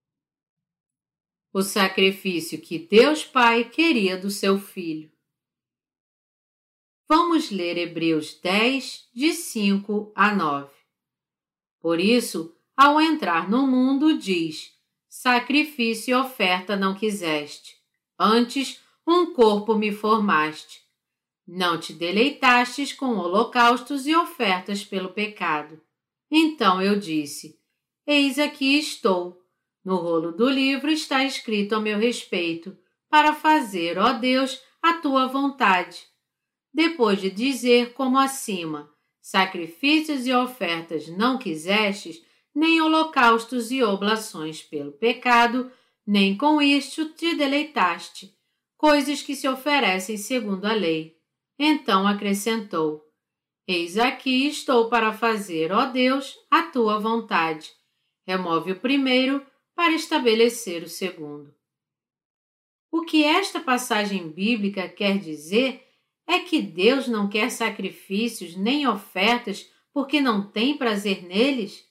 O sacrifício que Deus Pai queria do seu Filho. Vamos ler Hebreus dez, de cinco a nove. Por isso, ao entrar no mundo, diz: sacrifício e oferta não quiseste, antes um corpo me formaste. Não te deleitastes com holocaustos e ofertas pelo pecado. Então eu disse: eis aqui estou. No rolo do livro está escrito a meu respeito, para fazer, ó Deus, a tua vontade. Depois de dizer como acima, sacrifícios e ofertas não quisestes, nem holocaustos e oblações pelo pecado, nem com isto te deleitaste, coisas que se oferecem segundo a lei. Então acrescentou: eis aqui estou para fazer, ó Deus, a tua vontade. Remove o primeiro para estabelecer o segundo. O que esta passagem bíblica quer dizer é que Deus não quer sacrifícios nem ofertas porque não tem prazer neles?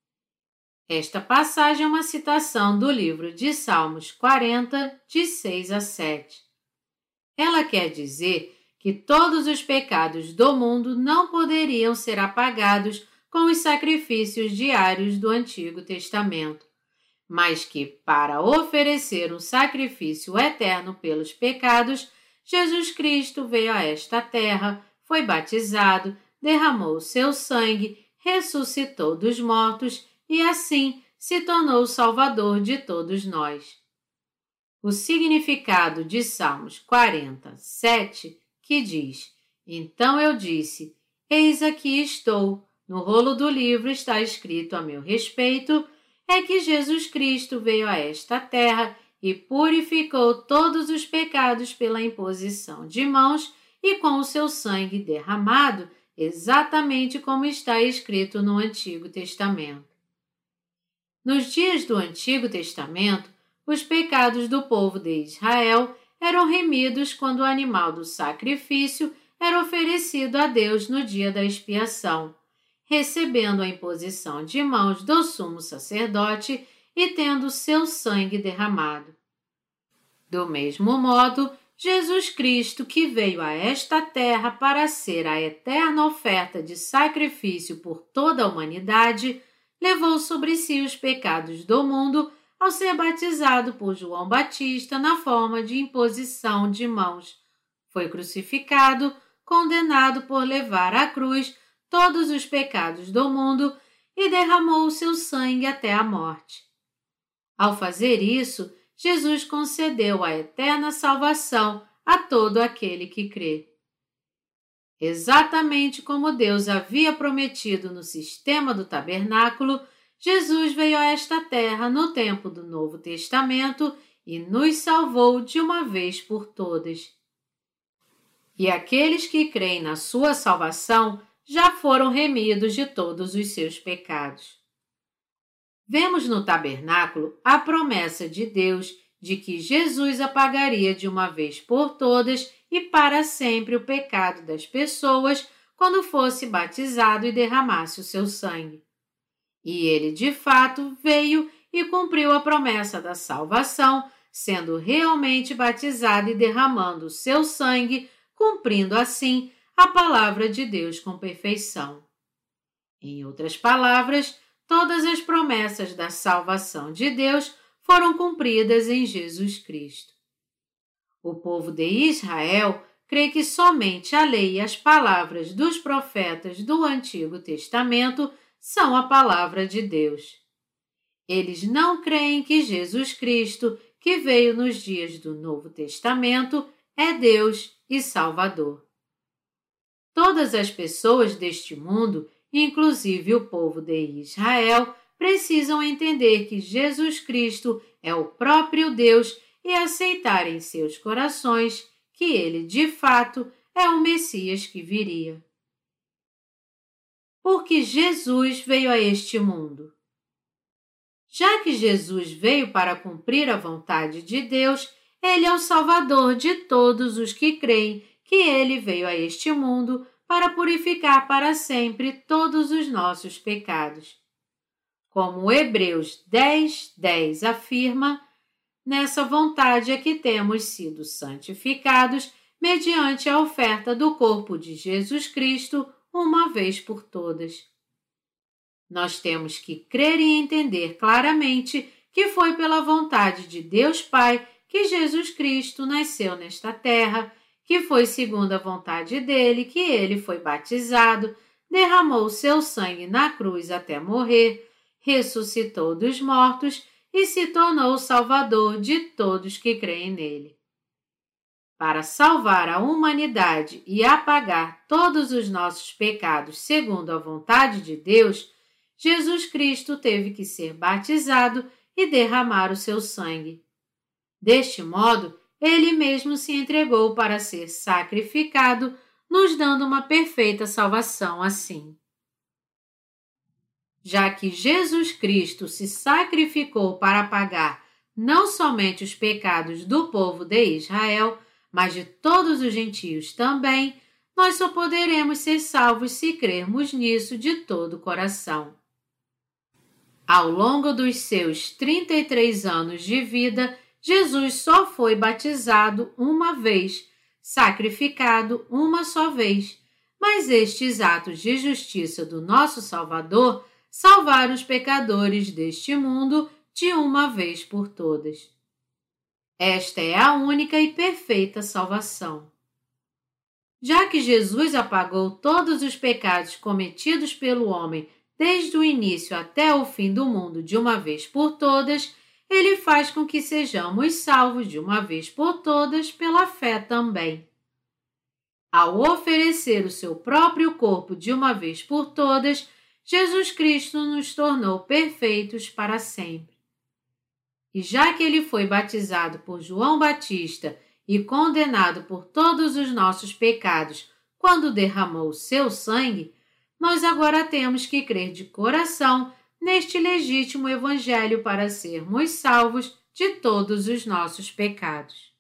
Esta passagem é uma citação do livro de Salmos quarenta, de seis a sete. Ela quer dizer que todos os pecados do mundo não poderiam ser apagados com os sacrifícios diários do Antigo Testamento, mas que, para oferecer um sacrifício eterno pelos pecados, Jesus Cristo veio a esta terra, foi batizado, derramou seu sangue, ressuscitou dos mortos e, assim, se tornou o Salvador de todos nós. O significado de Salmos quarenta, sete, que diz: então eu disse, eis aqui estou, no rolo do livro está escrito a meu respeito, é que Jesus Cristo veio a esta terra e purificou todos os pecados pela imposição de mãos e com o seu sangue derramado, exatamente como está escrito no Antigo Testamento. Nos dias do Antigo Testamento, os pecados do povo de Israel eram remidos quando o animal do sacrifício era oferecido a Deus no dia da expiação, recebendo a imposição de mãos do sumo sacerdote e tendo seu sangue derramado. Do mesmo modo, Jesus Cristo, que veio a esta terra para ser a eterna oferta de sacrifício por toda a humanidade, levou sobre si os pecados do mundo ao ser batizado por João Batista na forma de imposição de mãos. Foi crucificado, condenado por levar à cruz todos os pecados do mundo e derramou o seu sangue até a morte. Ao fazer isso, Jesus concedeu a eterna salvação a todo aquele que crê. Exatamente como Deus havia prometido no sistema do tabernáculo, Jesus veio a esta terra no tempo do Novo Testamento e nos salvou de uma vez por todas. E aqueles que creem na sua salvação já foram remidos de todos os seus pecados. Vemos no tabernáculo a promessa de Deus de que Jesus apagaria de uma vez por todas e para sempre o pecado das pessoas quando fosse batizado e derramasse o seu sangue. E ele, de fato, veio e cumpriu a promessa da salvação, sendo realmente batizado e derramando o seu sangue, cumprindo assim a palavra de Deus com perfeição. Em outras palavras, todas as promessas da salvação de Deus foram cumpridas em Jesus Cristo. O povo de Israel crê que somente a lei e as palavras dos profetas do Antigo Testamento são a palavra de Deus. Eles não creem que Jesus Cristo, que veio nos dias do Novo Testamento, é Deus e Salvador. Todas as pessoas deste mundo, inclusive o povo de Israel, precisam entender que Jesus Cristo é o próprio Deus e aceitar em seus corações que ele, de fato, é o Messias que viria. Porque Jesus veio a este mundo. Já que Jesus veio para cumprir a vontade de Deus, ele é o Salvador de todos os que creem que ele veio a este mundo para purificar para sempre todos os nossos pecados. Como Hebreus dez, dez afirma, nessa vontade é que temos sido santificados mediante a oferta do corpo de Jesus Cristo uma vez por todas. Nós temos que crer e entender claramente que foi pela vontade de Deus Pai que Jesus Cristo nasceu nesta terra, que foi segundo a vontade dele que ele foi batizado, derramou seu sangue na cruz até morrer, ressuscitou dos mortos e se tornou o Salvador de todos que creem nele. Para salvar a humanidade e apagar todos os nossos pecados segundo a vontade de Deus, Jesus Cristo teve que ser batizado e derramar o seu sangue. Deste modo, ele mesmo se entregou para ser sacrificado, nos dando uma perfeita salvação assim. Já que Jesus Cristo se sacrificou para apagar não somente os pecados do povo de Israel, mas de todos os gentios também, nós só poderemos ser salvos se crermos nisso de todo o coração. Ao longo dos seus trinta e três anos de vida, Jesus só foi batizado uma vez, sacrificado uma só vez, mas estes atos de justiça do nosso Salvador salvaram os pecadores deste mundo de uma vez por todas. Esta é a única e perfeita salvação. Já que Jesus apagou todos os pecados cometidos pelo homem desde o início até o fim do mundo de uma vez por todas, ele faz com que sejamos salvos de uma vez por todas pela fé também. Ao oferecer o seu próprio corpo de uma vez por todas, Jesus Cristo nos tornou perfeitos para sempre. E já que ele foi batizado por João Batista e condenado por todos os nossos pecados quando derramou o seu sangue, nós agora temos que crer de coração neste legítimo evangelho para sermos salvos de todos os nossos pecados.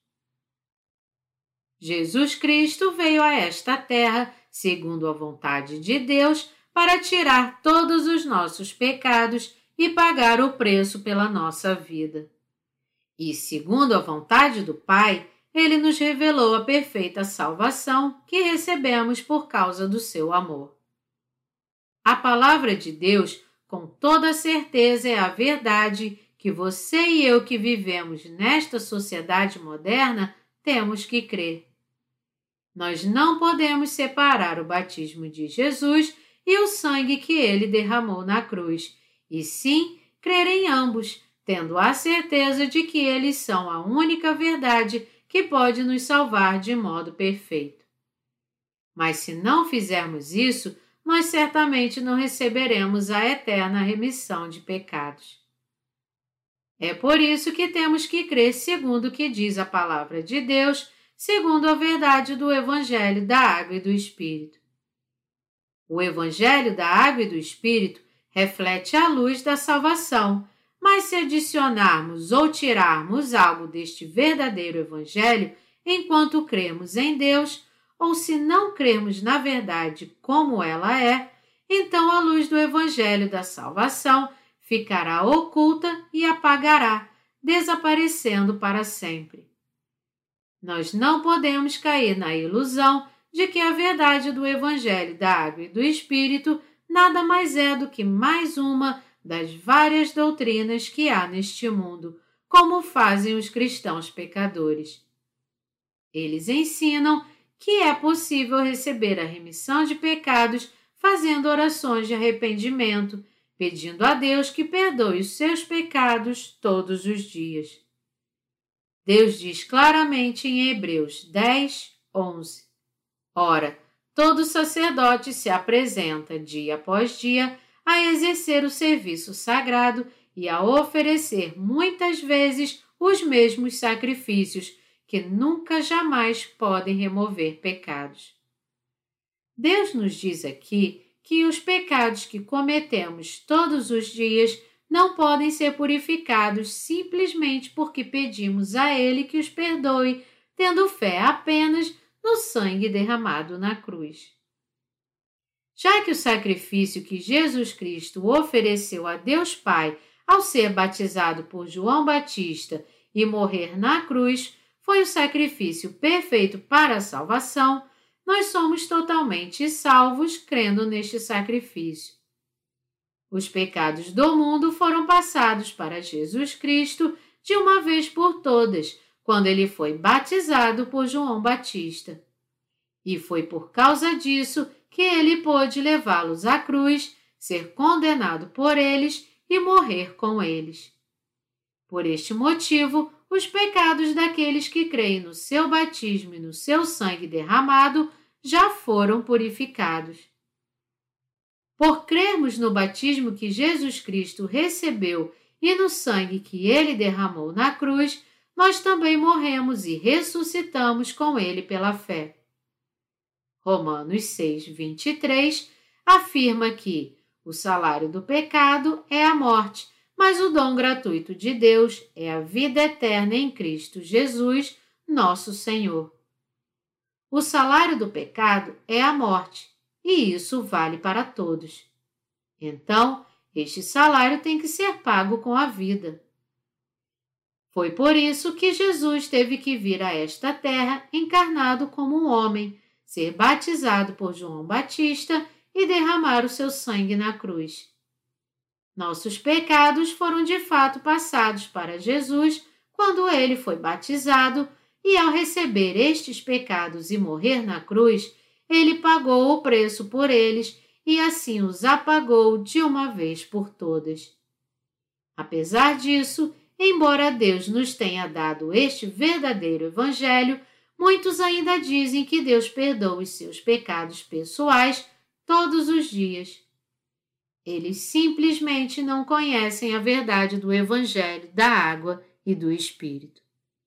Jesus Cristo veio a esta terra, segundo a vontade de Deus, para tirar todos os nossos pecados e pagar o preço pela nossa vida. E, segundo a vontade do Pai, ele nos revelou a perfeita salvação que recebemos por causa do seu amor. A palavra de Deus, com toda certeza, é a verdade que você e eu que vivemos nesta sociedade moderna temos que crer. Nós não podemos separar o batismo de Jesus e o sangue que ele derramou na cruz, e sim crer em ambos, tendo a certeza de que eles são a única verdade que pode nos salvar de modo perfeito. Mas se não fizermos isso, nós certamente não receberemos a eterna remissão de pecados. É por isso que temos que crer segundo o que diz a palavra de Deus, segundo a verdade do Evangelho da Água e do Espírito. O Evangelho da Água e do Espírito reflete a luz da salvação, mas se adicionarmos ou tirarmos algo deste verdadeiro Evangelho enquanto cremos em Deus, ou se não crermos na verdade como ela é, então a luz do Evangelho da salvação ficará oculta e apagará, desaparecendo para sempre. Nós não podemos cair na ilusão de que a verdade do Evangelho da Água e do Espírito nada mais é do que mais uma das várias doutrinas que há neste mundo, como fazem os cristãos pecadores. Eles ensinam que é possível receber a remissão de pecados fazendo orações de arrependimento, pedindo a Deus que perdoe os seus pecados todos os dias. Deus diz claramente em Hebreus dez, onze: Ora, todo sacerdote se apresenta dia após dia a exercer o serviço sagrado e a oferecer muitas vezes os mesmos sacrifícios que nunca jamais podem remover pecados. Deus nos diz aqui que os pecados que cometemos todos os dias não podem ser purificados simplesmente porque pedimos a Ele que os perdoe, tendo fé apenas no sangue derramado na cruz. Já que o sacrifício que Jesus Cristo ofereceu a Deus Pai ao ser batizado por João Batista e morrer na cruz foi o sacrifício perfeito para a salvação, nós somos totalmente salvos crendo neste sacrifício. Os pecados do mundo foram passados para Jesus Cristo de uma vez por todas, quando ele foi batizado por João Batista. E foi por causa disso que ele pôde levá-los à cruz, ser condenado por eles e morrer com eles. Por este motivo, os pecados daqueles que creem no seu batismo e no seu sangue derramado já foram purificados. Por crermos no batismo que Jesus Cristo recebeu e no sangue que ele derramou na cruz, nós também morremos e ressuscitamos com ele pela fé. Romanos seis, vinte e três afirma que o salário do pecado é a morte, mas o dom gratuito de Deus é a vida eterna em Cristo Jesus, nosso Senhor. O salário do pecado é a morte, e isso vale para todos. Então, este salário tem que ser pago com a vida. Foi por isso que Jesus teve que vir a esta terra encarnado como um homem, ser batizado por João Batista e derramar o seu sangue na cruz. Nossos pecados foram de fato passados para Jesus quando ele foi batizado e, ao receber estes pecados e morrer na cruz, ele pagou o preço por eles e assim os apagou de uma vez por todas. Apesar disso, embora Deus nos tenha dado este verdadeiro evangelho, muitos ainda dizem que Deus perdoa os seus pecados pessoais todos os dias. Eles simplesmente não conhecem a verdade do evangelho da água e do Espírito.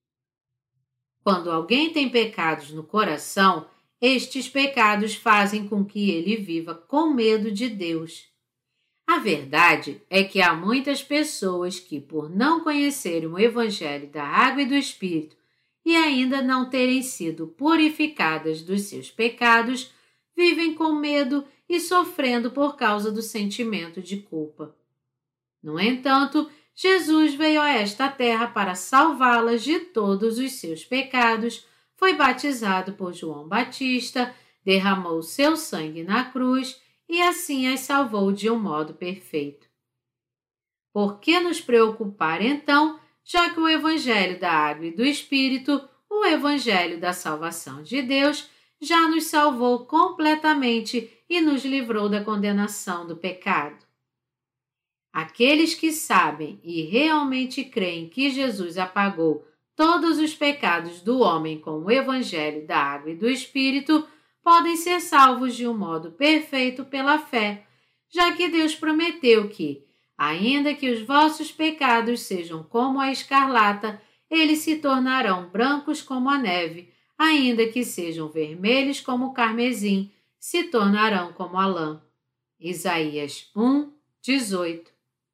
Quando alguém tem pecados no coração, estes pecados fazem com que ele viva com medo de Deus. A verdade é que há muitas pessoas que, por não conhecerem o evangelho da água e do Espírito e ainda não terem sido purificadas dos seus pecados, vivem com medo e sofrendo por causa do sentimento de culpa. No entanto, Jesus veio a esta terra para salvá-las de todos os seus pecados, foi batizado por João Batista, derramou seu sangue na cruz e assim as salvou de um modo perfeito. Por que nos preocupar então, já que o Evangelho da Água e do Espírito, o Evangelho da salvação de Deus, já nos salvou completamente e nos livrou da condenação do pecado? Aqueles que sabem e realmente creem que Jesus apagou todos os pecados do homem com o Evangelho da Água e do Espírito podem ser salvos de um modo perfeito pela fé, já que Deus prometeu que, ainda que os vossos pecados sejam como a escarlata, eles se tornarão brancos como a neve, ainda que sejam vermelhos como o carmesim, se tornarão como a lã. Isaías um, dezoito.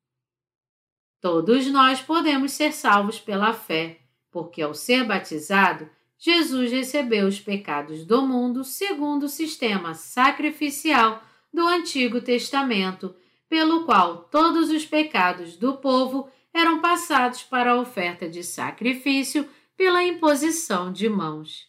Todos nós podemos ser salvos pela fé, porque ao ser batizado, Jesus recebeu os pecados do mundo segundo o sistema sacrificial do Antigo Testamento, pelo qual todos os pecados do povo eram passados para a oferta de sacrifício pela imposição de mãos.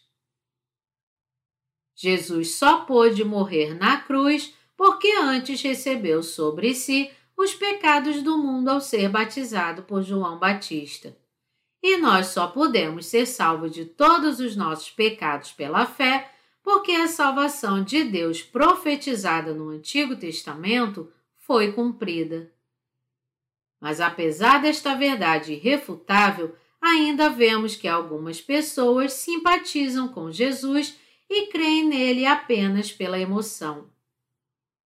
Jesus só pôde morrer na cruz porque antes recebeu sobre si os pecados do mundo ao ser batizado por João Batista. E nós só podemos ser salvos de todos os nossos pecados pela fé, porque a salvação de Deus profetizada no Antigo Testamento foi cumprida. Mas apesar desta verdade irrefutável, ainda vemos que algumas pessoas simpatizam com Jesus e creem nele apenas pela emoção.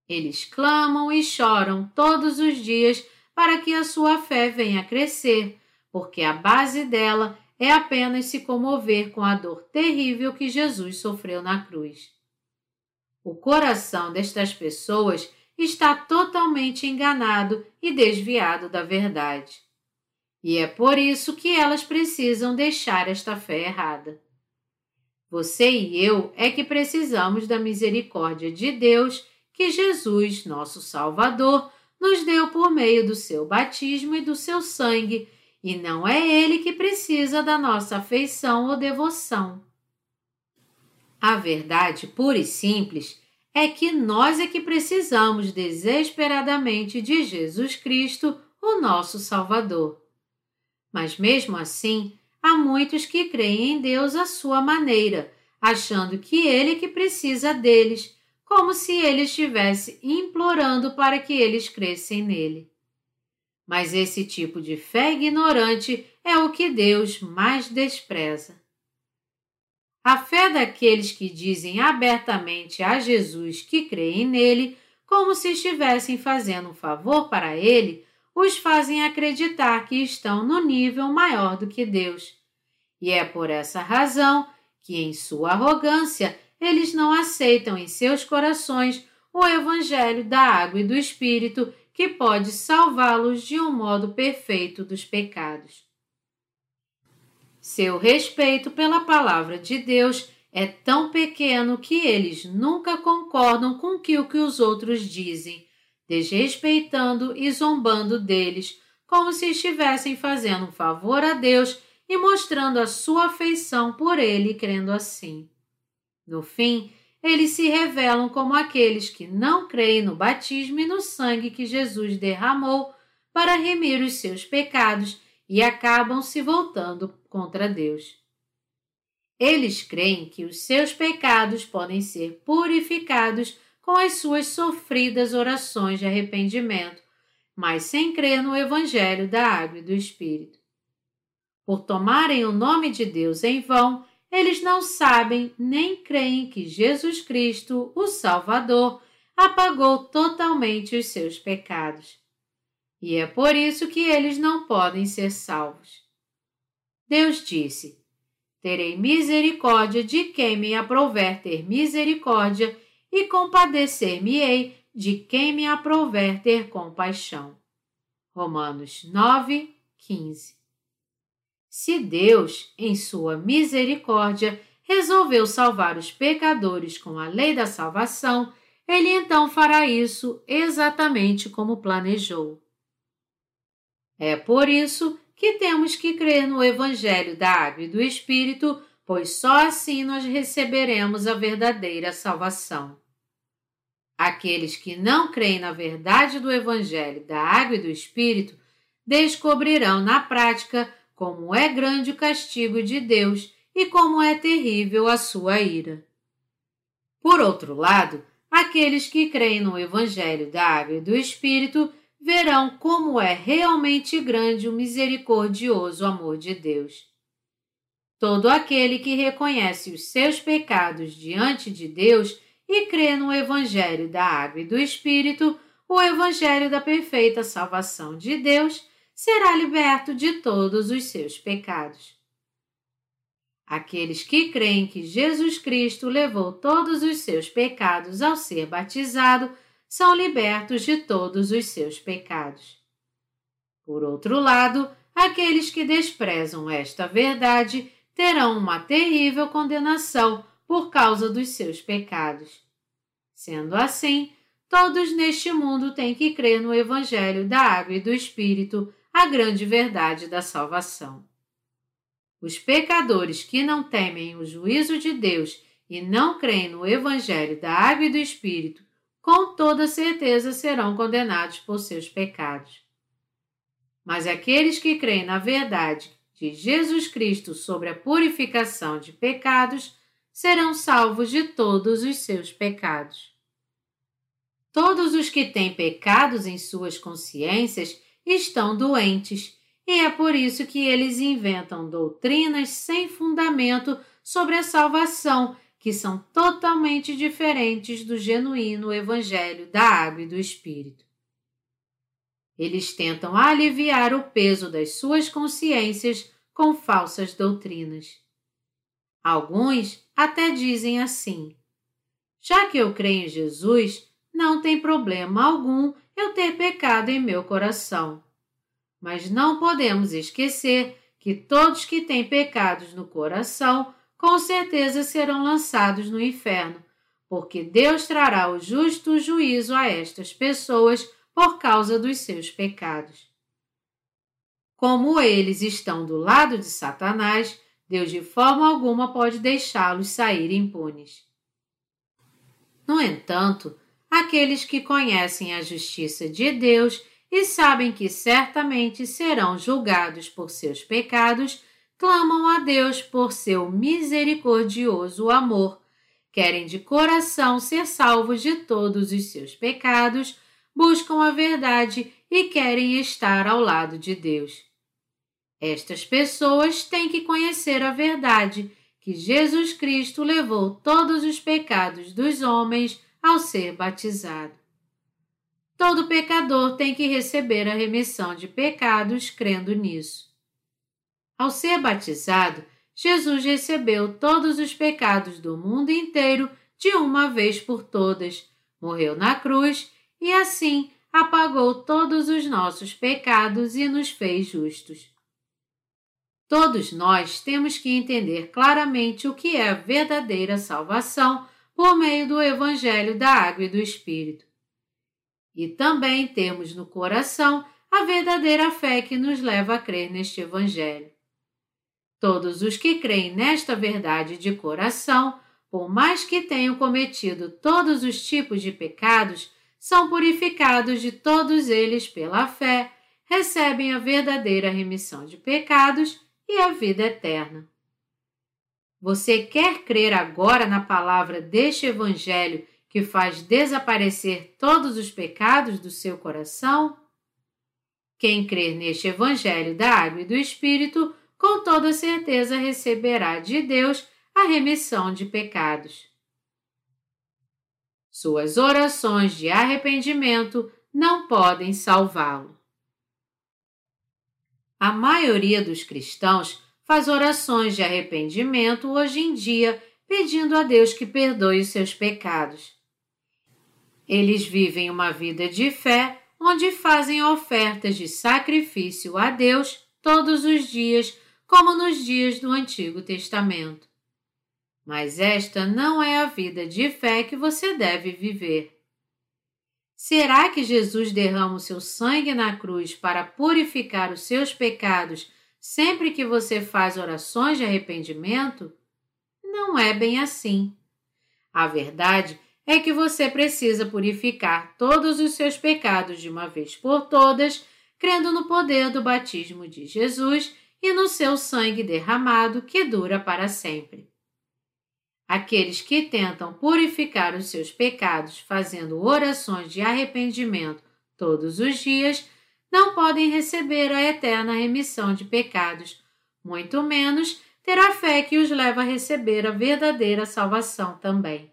Eles clamam e choram todos os dias para que a sua fé venha a crescer, porque a base dela é apenas se comover com a dor terrível que Jesus sofreu na cruz. O coração destas pessoas está totalmente enganado e desviado da verdade. E é por isso que elas precisam deixar esta fé errada. Você e eu é que precisamos da misericórdia de Deus que Jesus, nosso Salvador, nos deu por meio do seu batismo e do seu sangue, e não é Ele que precisa da nossa afeição ou devoção. A verdade pura e simples é que nós é que precisamos desesperadamente de Jesus Cristo, o nosso Salvador. Mas mesmo assim, há muitos que creem em Deus à sua maneira, achando que Ele é que precisa deles, como se Ele estivesse implorando para que eles crescem nele. Mas esse tipo de fé ignorante é o que Deus mais despreza. A fé daqueles que dizem abertamente a Jesus que creem nele, como se estivessem fazendo um favor para ele, os fazem acreditar que estão no nível maior do que Deus. E é por essa razão que, em sua arrogância, eles não aceitam em seus corações o Evangelho da Água e do Espírito, que pode salvá-los de um modo perfeito dos pecados. Seu respeito pela palavra de Deus é tão pequeno que eles nunca concordam com o que os outros dizem, desrespeitando e zombando deles, como se estivessem fazendo um favor a Deus e mostrando a sua afeição por ele, crendo assim. No fim, eles se revelam como aqueles que não creem no batismo e no sangue que Jesus derramou para remir os seus pecados e acabam se voltando contra Deus. Eles creem que os seus pecados podem ser purificados com as suas sofridas orações de arrependimento, mas sem crer no Evangelho da Água e do Espírito. Por tomarem o nome de Deus em vão, eles não sabem nem creem que Jesus Cristo, o Salvador, apagou totalmente os seus pecados. E é por isso que eles não podem ser salvos. Deus disse: terei misericórdia de quem me aprouver ter misericórdia e compadecer-me-ei de quem me aprouver ter compaixão. Romanos nove, quinze. Se Deus, em sua misericórdia, resolveu salvar os pecadores com a lei da salvação, Ele então fará isso exatamente como planejou. É por isso que temos que crer no Evangelho da Água e do Espírito, pois só assim nós receberemos a verdadeira salvação. Aqueles que não creem na verdade do Evangelho da Água e do Espírito descobrirão na prática como é grande o castigo de Deus e como é terrível a sua ira. Por outro lado, aqueles que creem no Evangelho da Água e do Espírito verão como é realmente grande o misericordioso amor de Deus. Todo aquele que reconhece os seus pecados diante de Deus e crê no Evangelho da Água e do Espírito, o Evangelho da perfeita salvação de Deus, será liberto de todos os seus pecados. Aqueles que creem que Jesus Cristo levou todos os seus pecados ao ser batizado são libertos de todos os seus pecados. Por outro lado, aqueles que desprezam esta verdade terão uma terrível condenação por causa dos seus pecados. Sendo assim, todos neste mundo têm que crer no Evangelho da Água e do Espírito, a grande verdade da salvação. Os pecadores que não temem o juízo de Deus e não creem no Evangelho da Água e do Espírito, com toda certeza serão condenados por seus pecados. Mas aqueles que creem na verdade de Jesus Cristo sobre a purificação de pecados serão salvos de todos os seus pecados. Todos os que têm pecados em suas consciências estão doentes, e é por isso que eles inventam doutrinas sem fundamento sobre a salvação que são totalmente diferentes do genuíno Evangelho da Água e do Espírito. Eles tentam aliviar o peso das suas consciências com falsas doutrinas. Alguns até dizem assim: já que eu creio em Jesus, não tem problema algum eu ter pecado em meu coração. Mas não podemos esquecer que todos que têm pecados no coração com certeza serão lançados no inferno, porque Deus trará o justo juízo a estas pessoas por causa dos seus pecados. Como eles estão do lado de Satanás, Deus de forma alguma pode deixá-los sair impunes. No entanto, aqueles que conhecem a justiça de Deus e sabem que certamente serão julgados por seus pecados, clamam a Deus por seu misericordioso amor, querem de coração ser salvos de todos os seus pecados, buscam a verdade e querem estar ao lado de Deus. Estas pessoas têm que conhecer a verdade, que Jesus Cristo levou todos os pecados dos homens ao ser batizado. Todo pecador tem que receber a remissão de pecados crendo nisso. Ao ser batizado, Jesus recebeu todos os pecados do mundo inteiro de uma vez por todas, morreu na cruz e assim apagou todos os nossos pecados e nos fez justos. Todos nós temos que entender claramente o que é a verdadeira salvação por meio do Evangelho da Água e do Espírito. E também temos no coração a verdadeira fé que nos leva a crer neste Evangelho. Todos os que creem nesta verdade de coração, por mais que tenham cometido todos os tipos de pecados, são purificados de todos eles pela fé, recebem a verdadeira remissão de pecados e a vida eterna. Você quer crer agora na palavra deste Evangelho que faz desaparecer todos os pecados do seu coração? Quem crer neste Evangelho da Água e do Espírito, com toda certeza receberá de Deus a remissão de pecados. Suas orações de arrependimento não podem salvá-lo. A maioria dos cristãos faz orações de arrependimento hoje em dia, pedindo a Deus que perdoe os seus pecados. Eles vivem uma vida de fé, onde fazem ofertas de sacrifício a Deus todos os dias, como nos dias do Antigo Testamento. Mas esta não é a vida de fé que você deve viver. Será que Jesus derrama o seu sangue na cruz para purificar os seus pecados sempre que você faz orações de arrependimento? Não é bem assim. A verdade é que você precisa purificar todos os seus pecados de uma vez por todas, crendo no poder do batismo de Jesus e no seu sangue derramado que dura para sempre. Aqueles que tentam purificar os seus pecados fazendo orações de arrependimento todos os dias não podem receber a eterna remissão de pecados, muito menos ter a fé que os leva a receber a verdadeira salvação também.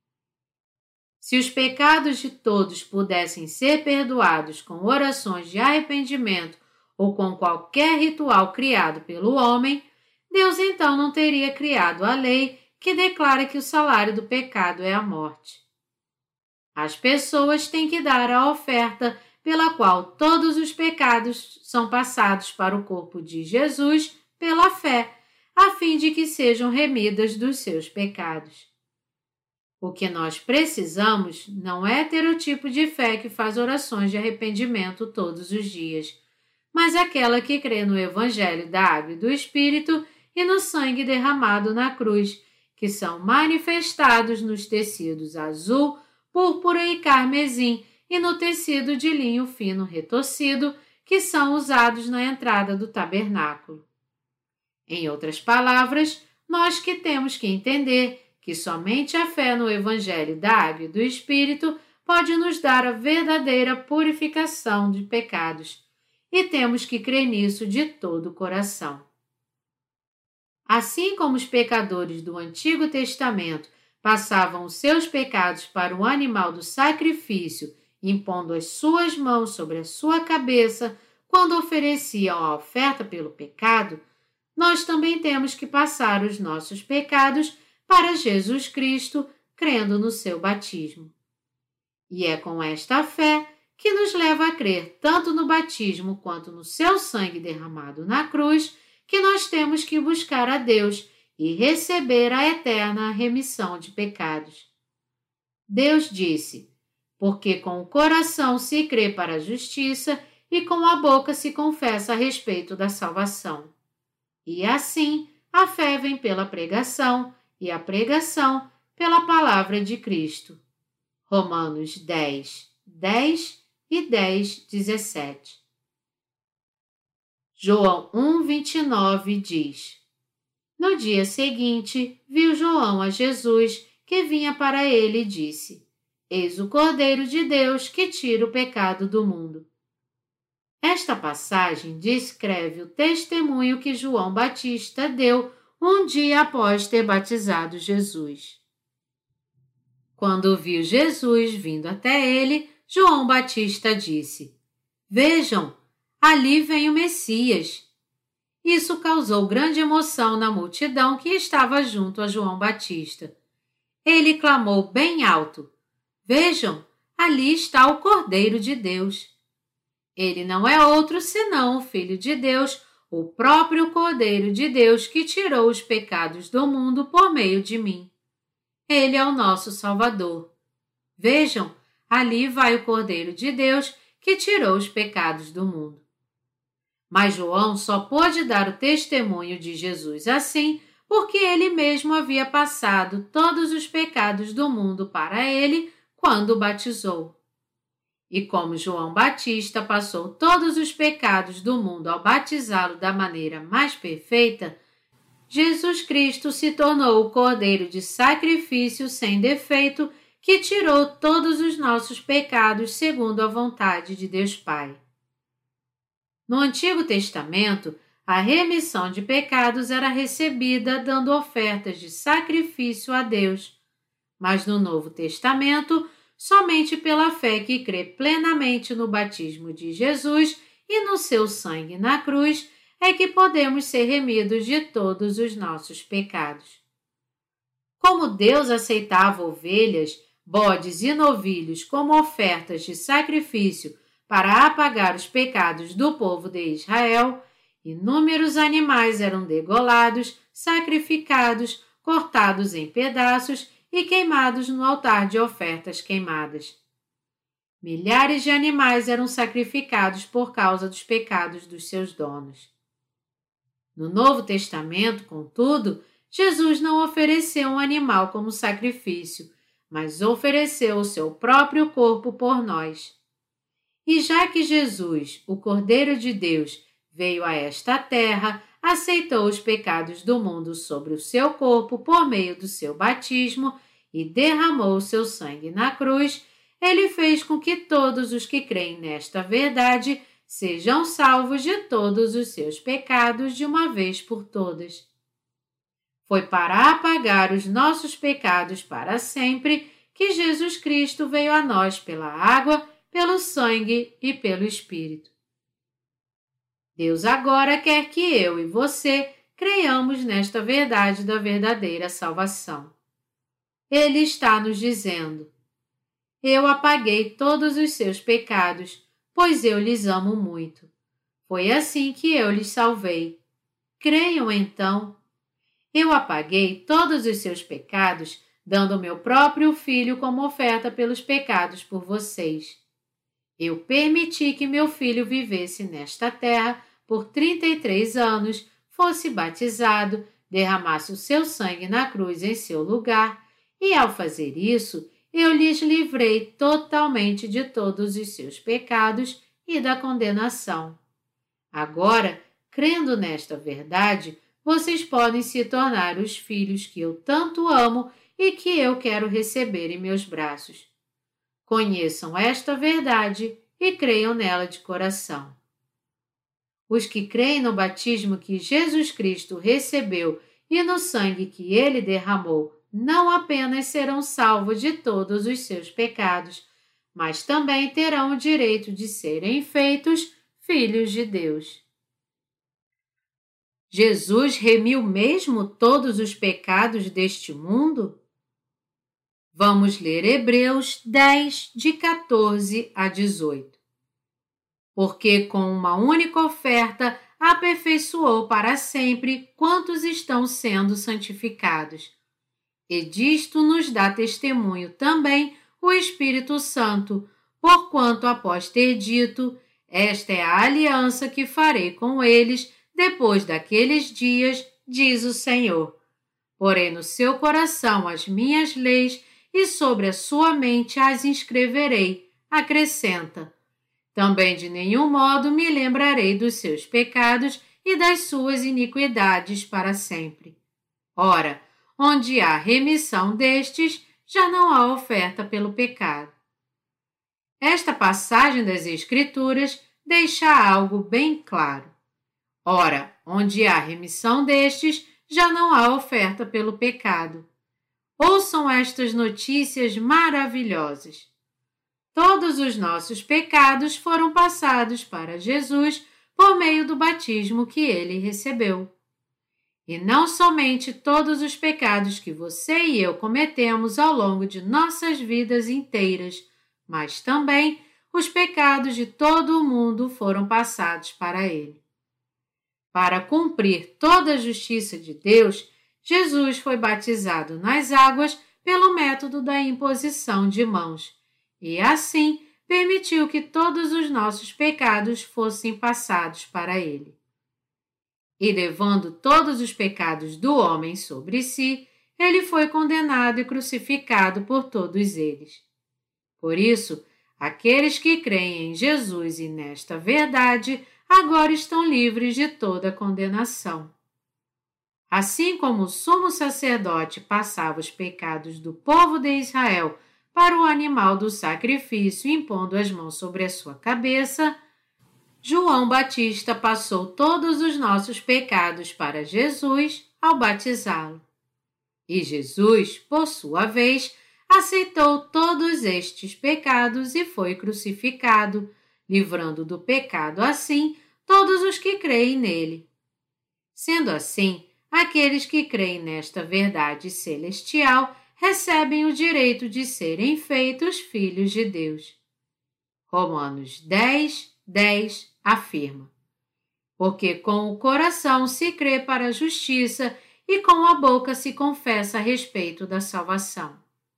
Se os pecados de todos pudessem ser perdoados com orações de arrependimento ou com qualquer ritual criado pelo homem, Deus então não teria criado a lei que declara que o salário do pecado é a morte. As pessoas têm que dar a oferta pela qual todos os pecados são passados para o corpo de Jesus pela fé, a fim de que sejam remidas dos seus pecados. O que nós precisamos não é ter o tipo de fé que faz orações de arrependimento todos os dias, mas aquela que crê no Evangelho da Água e do Espírito e no sangue derramado na cruz, que são manifestados nos tecidos azul, púrpura e carmesim e no tecido de linho fino retorcido, que são usados na entrada do tabernáculo. Em outras palavras, nós que temos que entender que somente a fé no Evangelho da Água e do Espírito pode nos dar a verdadeira purificação de pecados, e temos que crer nisso de todo o coração. Assim como os pecadores do Antigo Testamento passavam os seus pecados para o animal do sacrifício, impondo as suas mãos sobre a sua cabeça quando ofereciam a oferta pelo pecado, nós também temos que passar os nossos pecados para Jesus Cristo, crendo no seu batismo. E é com esta fé que nos leva a crer tanto no batismo quanto no seu sangue derramado na cruz, que nós temos que buscar a Deus e receber a eterna remissão de pecados. Deus disse: porque com o coração se crê para a justiça e com a boca se confessa a respeito da salvação. E assim, a fé vem pela pregação e a pregação pela palavra de Cristo. Romanos dez, dez e dez, dezessete. João um, vinte e nove diz: no dia seguinte, viu João a Jesus, que vinha para ele e disse: eis o Cordeiro de Deus que tira o pecado do mundo. Esta passagem descreve o testemunho que João Batista deu um dia após ter batizado Jesus. Quando viu Jesus vindo até ele, João Batista disse: vejam, ali vem o Messias. Isso causou grande emoção na multidão que estava junto a João Batista. Ele clamou bem alto: vejam, ali está o Cordeiro de Deus. Ele não é outro senão o Filho de Deus, o próprio Cordeiro de Deus que tirou os pecados do mundo por meio de mim. Ele é o nosso Salvador. Vejam, ali vai o Cordeiro de Deus que tirou os pecados do mundo. Mas João só pôde dar o testemunho de Jesus assim porque ele mesmo havia passado todos os pecados do mundo para ele quando o batizou. E como João Batista passou todos os pecados do mundo ao batizá-lo da maneira mais perfeita, Jesus Cristo se tornou o Cordeiro de sacrifício sem defeito que tirou todos os nossos pecados segundo a vontade de Deus Pai. No Antigo Testamento, a remissão de pecados era recebida dando ofertas de sacrifício a Deus, mas no Novo Testamento, somente pela fé que crê plenamente no batismo de Jesus e no seu sangue na cruz é que podemos ser remidos de todos os nossos pecados. Como Deus aceitava ovelhas, bodes e novilhos como ofertas de sacrifício para apagar os pecados do povo de Israel, inúmeros animais eram degolados, sacrificados, cortados em pedaços e queimados no altar de ofertas queimadas. Milhares de animais eram sacrificados por causa dos pecados dos seus donos. No Novo Testamento, contudo, Jesus não ofereceu um animal como sacrifício, mas ofereceu o seu próprio corpo por nós. E já que Jesus, o Cordeiro de Deus, veio a esta terra, aceitou os pecados do mundo sobre o seu corpo por meio do seu batismo e derramou o seu sangue na cruz, ele fez com que todos os que creem nesta verdade sejam salvos de todos os seus pecados de uma vez por todas. Foi para apagar os nossos pecados para sempre que Jesus Cristo veio a nós pela água, pelo sangue e pelo Espírito. Deus agora quer que eu e você creiamos nesta verdade da verdadeira salvação. Ele está nos dizendo: eu apaguei todos os seus pecados, pois eu lhes amo muito. Foi assim que eu lhes salvei. Creiam então. Eu apaguei todos os seus pecados, dando meu próprio filho como oferta pelos pecados por vocês. Eu permiti que meu filho vivesse nesta terra por trinta e três anos, fosse batizado, derramasse o seu sangue na cruz em seu lugar, e ao fazer isso, eu lhes livrei totalmente de todos os seus pecados e da condenação. Agora, crendo nesta verdade, vocês podem se tornar os filhos que eu tanto amo e que eu quero receber em meus braços. Conheçam esta verdade e creiam nela de coração. Os que creem no batismo que Jesus Cristo recebeu e no sangue que ele derramou não apenas serão salvos de todos os seus pecados, mas também terão o direito de serem feitos filhos de Deus. Jesus remiu mesmo todos os pecados deste mundo? Vamos ler Hebreus dez, de quatorze a dezoito. Porque com uma única oferta aperfeiçoou para sempre quantos estão sendo santificados. E disto nos dá testemunho também o Espírito Santo, porquanto após ter dito, esta é a aliança que farei com eles depois daqueles dias, diz o Senhor. Porém no seu coração as minhas leis e sobre a sua mente as inscreverei, acrescenta. Também de nenhum modo me lembrarei dos seus pecados e das suas iniquidades para sempre. Ora, onde há remissão destes, já não há oferta pelo pecado. Esta passagem das Escrituras deixa algo bem claro. Ora, onde há remissão destes, já não há oferta pelo pecado. Ouçam estas notícias maravilhosas. Todos os nossos pecados foram passados para Jesus por meio do batismo que ele recebeu. E não somente todos os pecados que você e eu cometemos ao longo de nossas vidas inteiras, mas também os pecados de todo o mundo foram passados para ele. Para cumprir toda a justiça de Deus, Jesus foi batizado nas águas pelo método da imposição de mãos, e assim permitiu que todos os nossos pecados fossem passados para ele. E levando todos os pecados do homem sobre si, ele foi condenado e crucificado por todos eles. Por isso, aqueles que creem em Jesus e nesta verdade, agora estão livres de toda condenação. Assim como o sumo sacerdote passava os pecados do povo de Israel para o animal do sacrifício, impondo as mãos sobre a sua cabeça, João Batista passou todos os nossos pecados para Jesus ao batizá-lo. E Jesus, por sua vez, aceitou todos estes pecados e foi crucificado, livrando do pecado assim todos os que creem nele. Sendo assim, aqueles que creem nesta verdade celestial recebem o direito de serem feitos filhos de Deus. Romanos dez, dez afirma: porque com o coração se crê para a justiça e com a boca se confessa a respeito da salvação.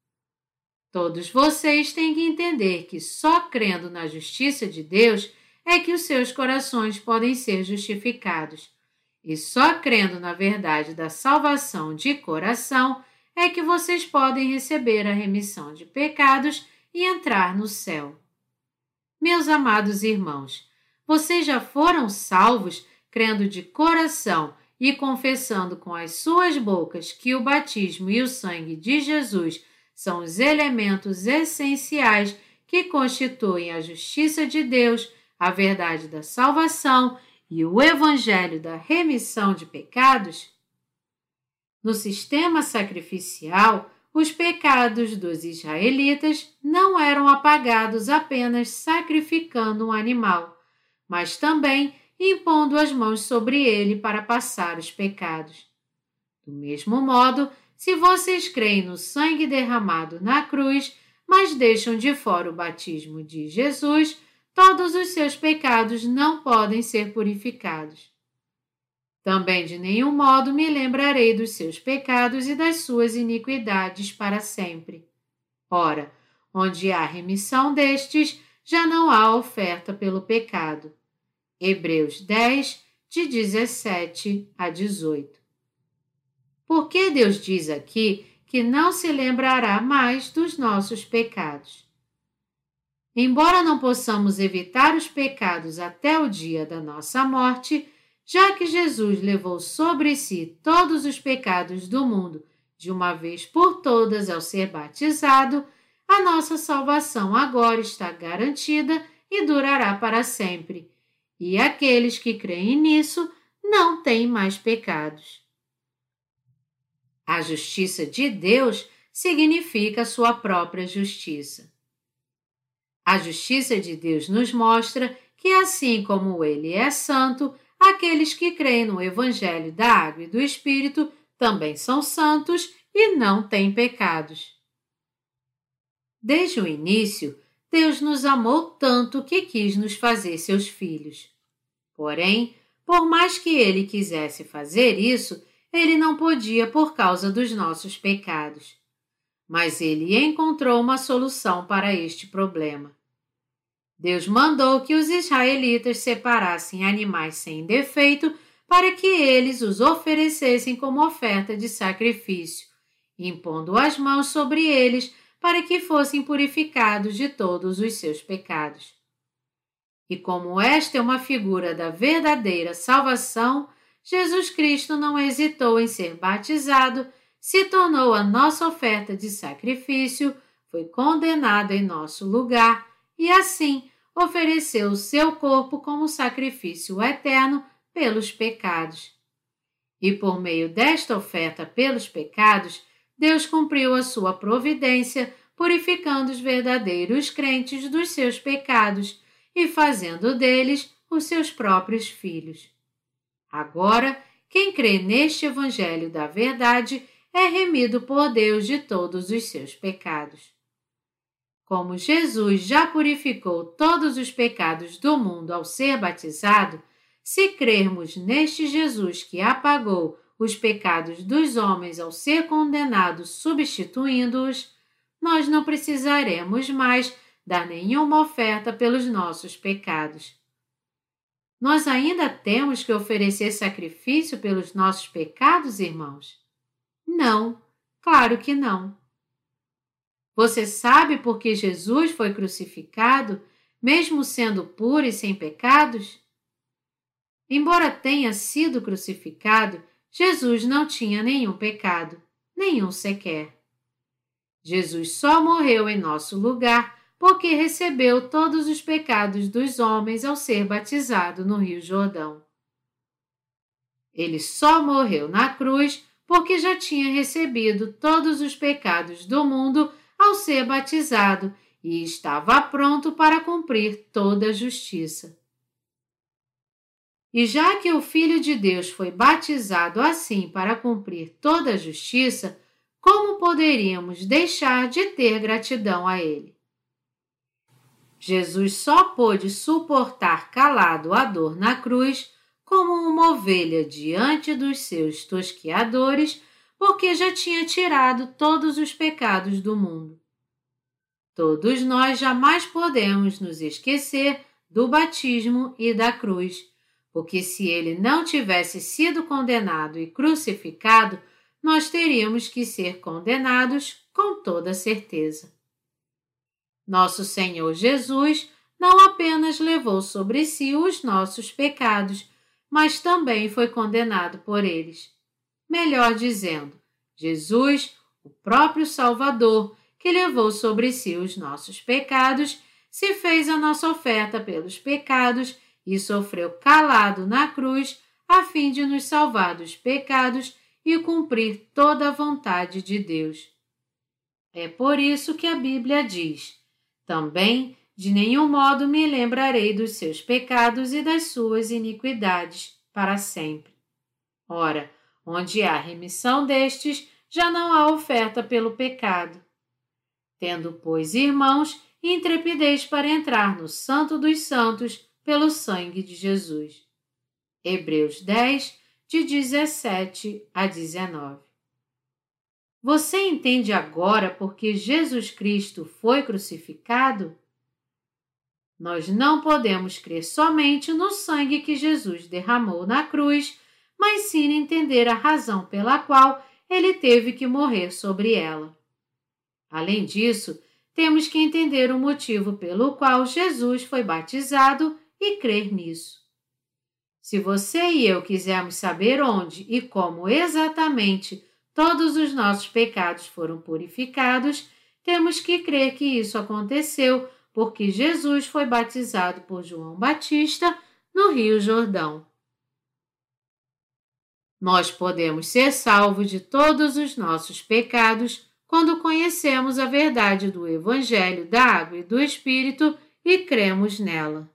Todos vocês têm que entender que só crendo na justiça de Deus é que os seus corações podem ser justificados. E só crendo na verdade da salvação de coração é que vocês podem receber a remissão de pecados e entrar no céu. Meus amados irmãos, vocês já foram salvos crendo de coração e confessando com as suas bocas que o batismo e o sangue de Jesus são os elementos essenciais que constituem a justiça de Deus, a verdade da salvação e o evangelho da remissão de pecados? No sistema sacrificial, os pecados dos israelitas não eram apagados apenas sacrificando um animal, mas também impondo as mãos sobre ele para passar os pecados. Do mesmo modo, se vocês creem no sangue derramado na cruz, mas deixam de fora o batismo de Jesus, todos os seus pecados não podem ser purificados. Também de nenhum modo me lembrarei dos seus pecados e das suas iniquidades para sempre. Ora, onde há remissão destes, já não há oferta pelo pecado. Hebreus dez, de dezessete a dezoito. Por que Deus diz aqui que não se lembrará mais dos nossos pecados? Embora não possamos evitar os pecados até o dia da nossa morte, já que Jesus levou sobre si todos os pecados do mundo de uma vez por todas ao ser batizado, a nossa salvação agora está garantida e durará para sempre, e aqueles que creem nisso não têm mais pecados. A justiça de Deus significa a sua própria justiça. A justiça de Deus nos mostra que, assim como Ele é santo, aqueles que creem no Evangelho da Água e do Espírito também são santos e não têm pecados. Desde o início, Deus nos amou tanto que quis nos fazer seus filhos. Porém, por mais que Ele quisesse fazer isso, Ele não podia por causa dos nossos pecados. Mas Ele encontrou uma solução para este problema. Deus mandou que os israelitas separassem animais sem defeito para que eles os oferecessem como oferta de sacrifício, impondo as mãos sobre eles para que fossem purificados de todos os seus pecados. E como esta é uma figura da verdadeira salvação, Jesus Cristo não hesitou em ser batizado, se tornou a nossa oferta de sacrifício, foi condenado em nosso lugar e, assim, ofereceu o seu corpo como sacrifício eterno pelos pecados. E por meio desta oferta pelos pecados, Deus cumpriu a sua providência, purificando os verdadeiros crentes dos seus pecados e fazendo deles os seus próprios filhos. Agora, quem crê neste Evangelho da verdade é remido por Deus de todos os seus pecados. Como Jesus já purificou todos os pecados do mundo ao ser batizado, se crermos neste Jesus que apagou os pecados dos homens ao ser condenado substituindo-os, nós não precisaremos mais dar nenhuma oferta pelos nossos pecados. Nós ainda temos que oferecer sacrifício pelos nossos pecados, irmãos? Não, claro que não. Você sabe por que Jesus foi crucificado, mesmo sendo puro e sem pecados? Embora tenha sido crucificado, Jesus não tinha nenhum pecado, nenhum sequer. Jesus só morreu em nosso lugar porque recebeu todos os pecados dos homens ao ser batizado no Rio Jordão. Ele só morreu na cruz porque já tinha recebido todos os pecados do mundo ao ser batizado e estava pronto para cumprir toda a justiça. E já que o Filho de Deus foi batizado assim para cumprir toda a justiça, como poderíamos deixar de ter gratidão a Ele? Jesus só pôde suportar calado a dor na cruz como uma ovelha diante dos seus tosqueadores, porque já tinha tirado todos os pecados do mundo. Todos nós jamais podemos nos esquecer do batismo e da cruz, porque se ele não tivesse sido condenado e crucificado, nós teríamos que ser condenados com toda certeza. Nosso Senhor Jesus não apenas levou sobre si os nossos pecados, mas também foi condenado por eles. Melhor dizendo, Jesus, o próprio Salvador, que levou sobre si os nossos pecados, se fez a nossa oferta pelos pecados e sofreu calado na cruz a fim de nos salvar dos pecados e cumprir toda a vontade de Deus. É por isso que a Bíblia diz: também de nenhum modo me lembrarei dos seus pecados e das suas iniquidades para sempre. Ora, onde há remissão destes, já não há oferta pelo pecado. Tendo, pois, irmãos, intrepidez para entrar no Santo dos Santos pelo sangue de Jesus. Hebreus dez, de dezessete a dezenove. Você entende agora por que Jesus Cristo foi crucificado? Nós não podemos crer somente no sangue que Jesus derramou na cruz, mas sim entender a razão pela qual ele teve que morrer sobre ela. Além disso, temos que entender o motivo pelo qual Jesus foi batizado e crer nisso. Se você e eu quisermos saber onde e como exatamente todos os nossos pecados foram purificados, temos que crer que isso aconteceu porque Jesus foi batizado por João Batista no Rio Jordão. Nós podemos ser salvos de todos os nossos pecados quando conhecemos a verdade do Evangelho da Água e do Espírito e cremos nela.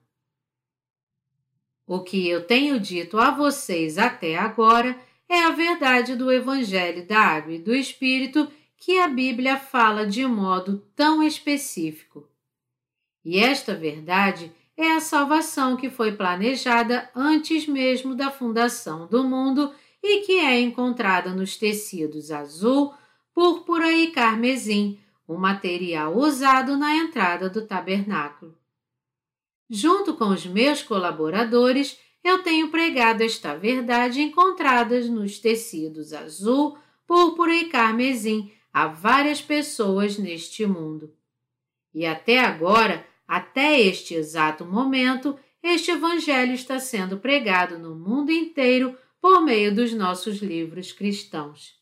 O que eu tenho dito a vocês até agora é a verdade do Evangelho da Água e do Espírito que a Bíblia fala de modo tão específico. E esta verdade é a salvação que foi planejada antes mesmo da fundação do mundo e que é encontrada nos tecidos azul, púrpura e carmesim, o material usado na entrada do tabernáculo. Junto com os meus colaboradores, eu tenho pregado esta verdade encontrada nos tecidos azul, púrpura e carmesim a várias pessoas neste mundo. E até agora, até este exato momento, este Evangelho está sendo pregado no mundo inteiro por meio dos nossos livros cristãos.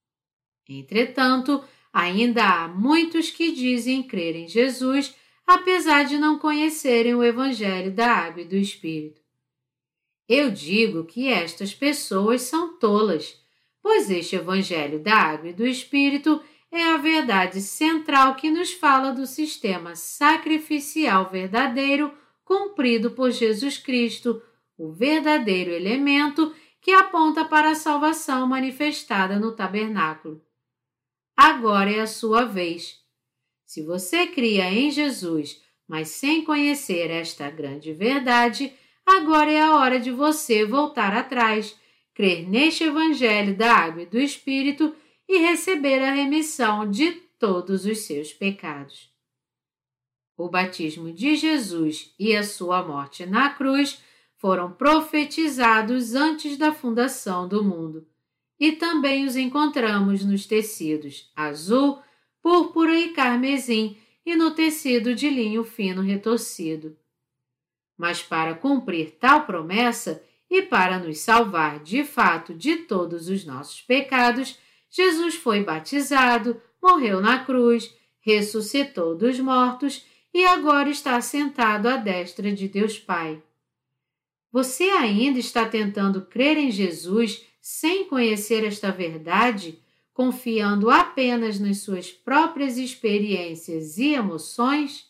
Entretanto, ainda há muitos que dizem crer em Jesus, apesar de não conhecerem o Evangelho da Água e do Espírito. Eu digo que estas pessoas são tolas, pois este Evangelho da Água e do Espírito é a verdade central que nos fala do sistema sacrificial verdadeiro cumprido por Jesus Cristo, o verdadeiro elemento que aponta para a salvação manifestada no tabernáculo. Agora é a sua vez. Se você cria em Jesus, mas sem conhecer esta grande verdade, agora é a hora de você voltar atrás, crer neste Evangelho da Água e do Espírito e receber a remissão de todos os seus pecados. O batismo de Jesus e a sua morte na cruz foram profetizados antes da fundação do mundo, e também os encontramos nos tecidos azul, púrpura e carmesim e no tecido de linho fino retorcido. Mas para cumprir tal promessa e para nos salvar de fato de todos os nossos pecados, Jesus foi batizado, morreu na cruz, ressuscitou dos mortos e agora está sentado à destra de Deus Pai. Você ainda está tentando crer em Jesus sem conhecer esta verdade, confiando apenas nas suas próprias experiências e emoções?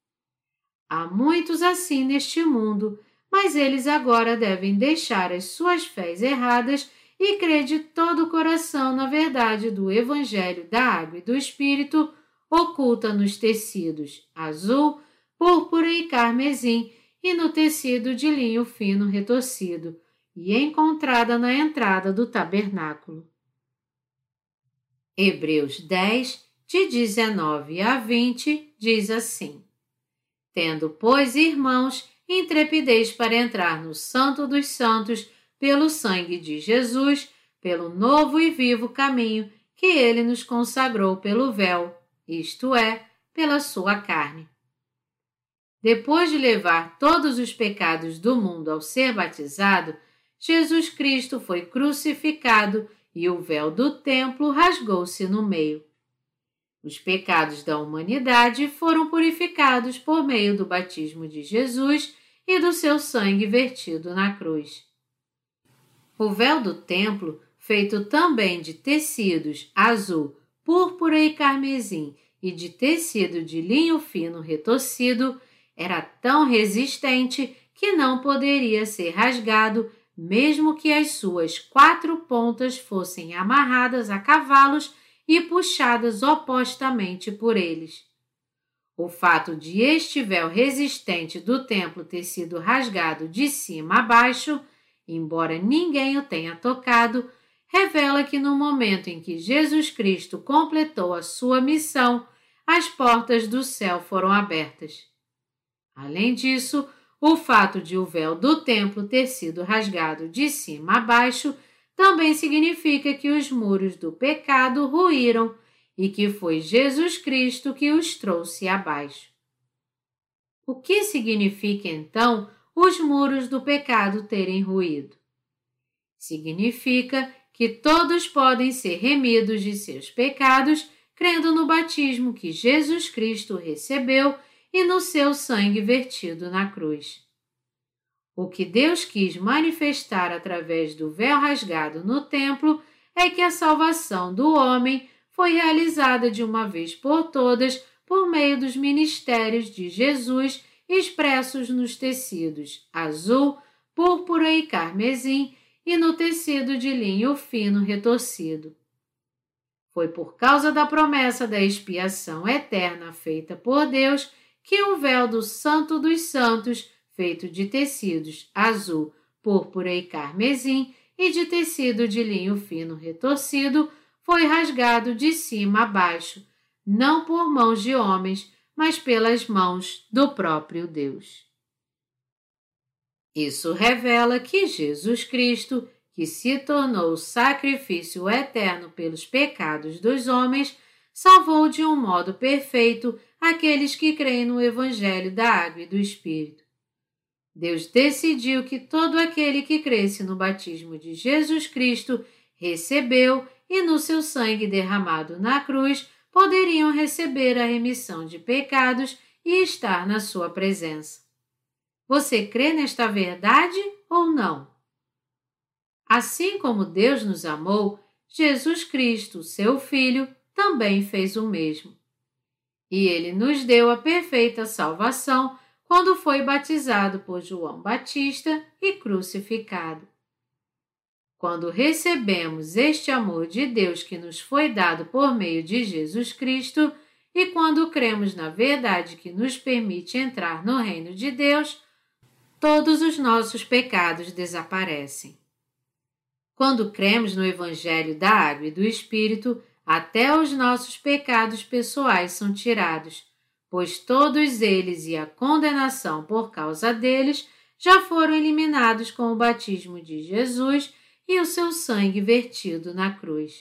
Há muitos assim neste mundo, mas eles agora devem deixar as suas fés erradas e crer de todo o coração na verdade do Evangelho da Água e do Espírito, oculta nos tecidos azul, púrpura e carmesim e no tecido de linho fino retorcido, e encontrada na entrada do tabernáculo. Hebreus dez, de dezenove a vinte, diz assim: Tendo, pois, irmãos, intrepidez para entrar no Santo dos Santos, pelo sangue de Jesus, pelo novo e vivo caminho que ele nos consagrou pelo véu, isto é, pela sua carne. Depois de levar todos os pecados do mundo ao ser batizado, Jesus Cristo foi crucificado e o véu do templo rasgou-se no meio. Os pecados da humanidade foram purificados por meio do batismo de Jesus e do seu sangue vertido na cruz. O véu do templo, feito também de tecidos azul, púrpura e carmesim e de tecido de linho fino retorcido, era tão resistente que não poderia ser rasgado, mesmo que as suas quatro pontas fossem amarradas a cavalos e puxadas opostamente por eles. O fato de este véu resistente do templo ter sido rasgado de cima a baixo, embora ninguém o tenha tocado, revela que no momento em que Jesus Cristo completou a sua missão, as portas do céu foram abertas. Além disso, o fato de o véu do templo ter sido rasgado de cima a baixo também significa que os muros do pecado ruíram e que foi Jesus Cristo que os trouxe abaixo. O que significa, então, os muros do pecado terem ruído? Significa que todos podem ser remidos de seus pecados crendo no batismo que Jesus Cristo recebeu e no seu sangue vertido na cruz. O que Deus quis manifestar através do véu rasgado no templo é que a salvação do homem foi realizada de uma vez por todas por meio dos ministérios de Jesus expressos nos tecidos azul, púrpura e carmesim e no tecido de linho fino retorcido. Foi por causa da promessa da expiação eterna feita por Deus que o véu do Santo dos Santos, feito de tecidos azul, púrpura e carmesim e de tecido de linho fino retorcido, foi rasgado de cima a baixo, não por mãos de homens, mas pelas mãos do próprio Deus. Isso revela que Jesus Cristo, que se tornou sacrifício eterno pelos pecados dos homens, salvou de um modo perfeito aqueles que creem no Evangelho da Água e do Espírito. Deus decidiu que todo aquele que cresce no batismo de Jesus Cristo recebeu e no seu sangue derramado na cruz poderiam receber a remissão de pecados e estar na sua presença. Você crê nesta verdade ou não? Assim como Deus nos amou, Jesus Cristo, seu Filho, também fez o mesmo. E ele nos deu a perfeita salvação quando foi batizado por João Batista e crucificado. Quando recebemos este amor de Deus que nos foi dado por meio de Jesus Cristo e quando cremos na verdade que nos permite entrar no reino de Deus, todos os nossos pecados desaparecem. Quando cremos no Evangelho da Água e do Espírito, até os nossos pecados pessoais são tirados, pois todos eles e a condenação por causa deles já foram eliminados com o batismo de Jesus e o seu sangue vertido na cruz.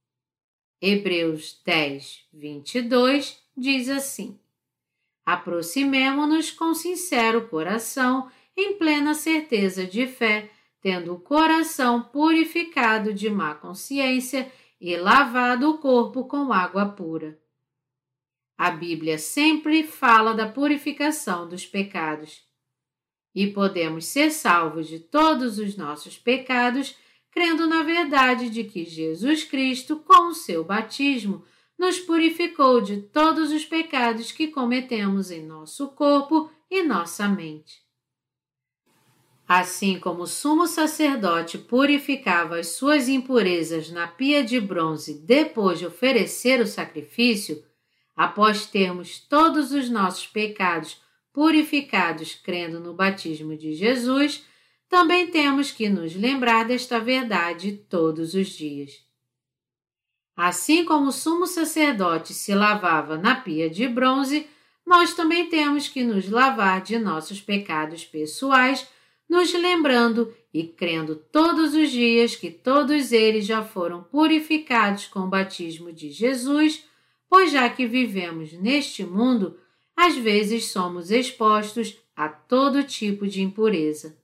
Hebreus dez, vinte e dois diz assim: aproximemo-nos com sincero coração, em plena certeza de fé, tendo o coração purificado de má consciência e lavado o corpo com água pura. A Bíblia sempre fala da purificação dos pecados. E podemos ser salvos de todos os nossos pecados crendo na verdade de que Jesus Cristo, com o seu batismo, nos purificou de todos os pecados que cometemos em nosso corpo e nossa mente. Assim como o sumo sacerdote purificava as suas impurezas na pia de bronze depois de oferecer o sacrifício, após termos todos os nossos pecados purificados crendo no batismo de Jesus, também temos que nos lembrar desta verdade todos os dias. Assim como o sumo sacerdote se lavava na pia de bronze, nós também temos que nos lavar de nossos pecados pessoais, nos lembrando e crendo todos os dias que todos eles já foram purificados com o batismo de Jesus, pois já que vivemos neste mundo, às vezes somos expostos a todo tipo de impureza.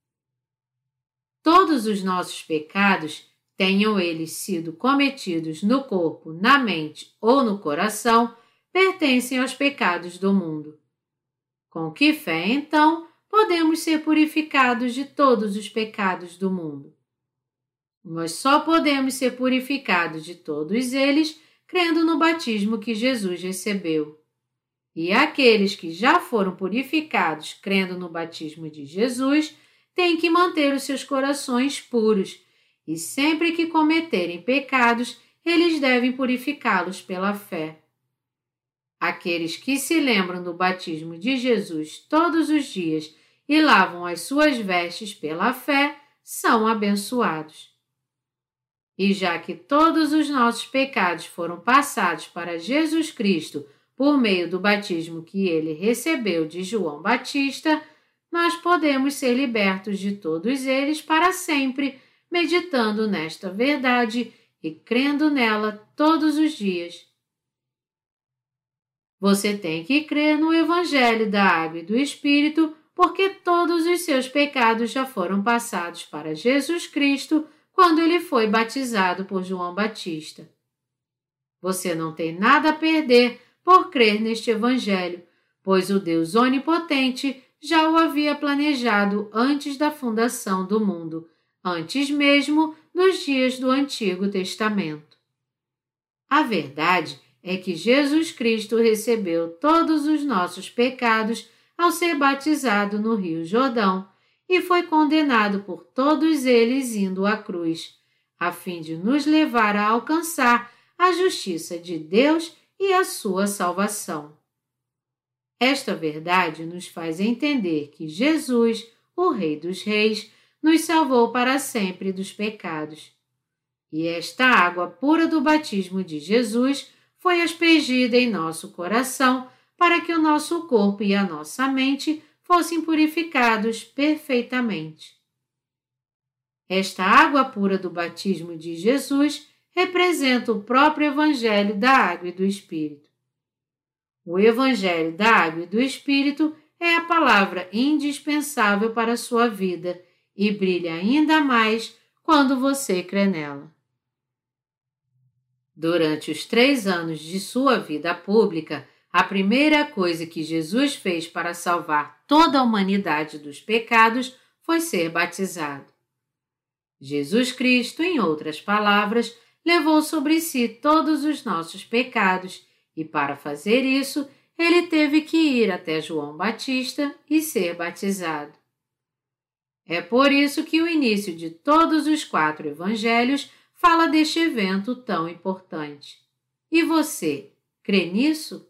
Todos os nossos pecados, tenham eles sido cometidos no corpo, na mente ou no coração, pertencem aos pecados do mundo. Com que fé, então, podemos ser purificados de todos os pecados do mundo? Nós só podemos ser purificados de todos eles crendo no batismo que Jesus recebeu. E aqueles que já foram purificados crendo no batismo de Jesus têm que manter os seus corações puros e sempre que cometerem pecados, eles devem purificá-los pela fé. Aqueles que se lembram do batismo de Jesus todos os dias e lavam as suas vestes pela fé, são abençoados. E já que todos os nossos pecados foram passados para Jesus Cristo por meio do batismo que ele recebeu de João Batista, nós podemos ser libertos de todos eles para sempre, meditando nesta verdade e crendo nela todos os dias. Você tem que crer no Evangelho da Água e do Espírito, porque todos os seus pecados já foram passados para Jesus Cristo quando ele foi batizado por João Batista. Você não tem nada a perder por crer neste Evangelho, pois o Deus Onipotente já o havia planejado antes da fundação do mundo, antes mesmo dos dias do Antigo Testamento. A verdade é que Jesus Cristo recebeu todos os nossos pecados ao ser batizado no Rio Jordão e foi condenado por todos eles indo à cruz, a fim de nos levar a alcançar a justiça de Deus e a sua salvação. Esta verdade nos faz entender que Jesus, o Rei dos Reis, nos salvou para sempre dos pecados. E esta água pura do batismo de Jesus foi aspergida em nosso coração para que o nosso corpo e a nossa mente fossem purificados perfeitamente. Esta água pura do batismo de Jesus representa o próprio Evangelho da Água e do Espírito. O Evangelho da Água e do Espírito é a palavra indispensável para a sua vida e brilha ainda mais quando você crê nela. Durante os três anos de sua vida pública, a primeira coisa que Jesus fez para salvar toda a humanidade dos pecados foi ser batizado. Jesus Cristo, em outras palavras, levou sobre si todos os nossos pecados e, para fazer isso, ele teve que ir até João Batista e ser batizado. É por isso que o início de todos os quatro evangelhos fala deste evento tão importante. E você, crê nisso?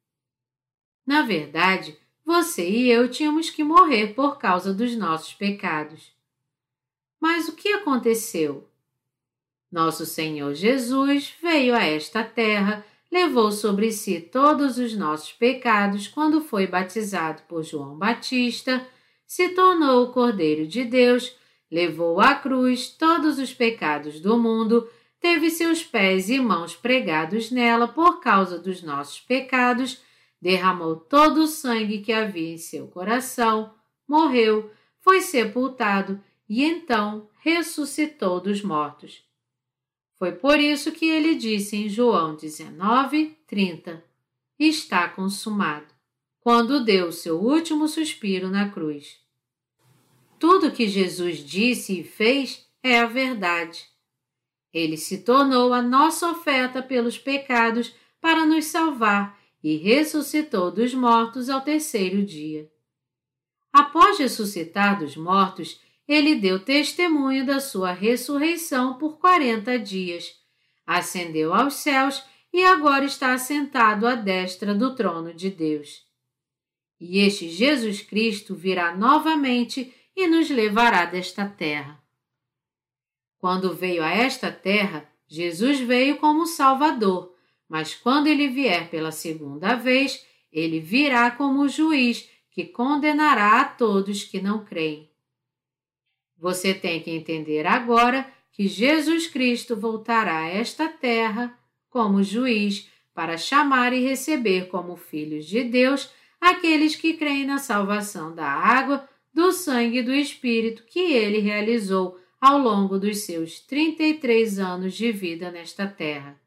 Na verdade, você e eu tínhamos que morrer por causa dos nossos pecados. Mas o que aconteceu? Nosso Senhor Jesus veio a esta terra, levou sobre si todos os nossos pecados quando foi batizado por João Batista, se tornou o Cordeiro de Deus, levou à cruz todos os pecados do mundo, teve seus pés e mãos pregados nela por causa dos nossos pecados, derramou todo o sangue que havia em seu coração, morreu, foi sepultado e então ressuscitou dos mortos. Foi por isso que ele disse em João dezenove, trinta, está consumado, quando deu seu último suspiro na cruz. Tudo que Jesus disse e fez é a verdade. Ele se tornou a nossa oferta pelos pecados para nos salvar e ressuscitou dos mortos ao terceiro dia. Após ressuscitar dos mortos, ele deu testemunho da sua ressurreição por quarenta dias, ascendeu aos céus e agora está assentado à destra do trono de Deus. E este Jesus Cristo virá novamente e nos levará desta terra. Quando veio a esta terra, Jesus veio como Salvador, mas quando ele vier pela segunda vez, ele virá como juiz que condenará a todos que não creem. Você tem que entender agora que Jesus Cristo voltará a esta terra como juiz para chamar e receber como filhos de Deus aqueles que creem na salvação da água, do sangue e do Espírito que ele realizou ao longo dos seus trinta e três anos de vida nesta terra.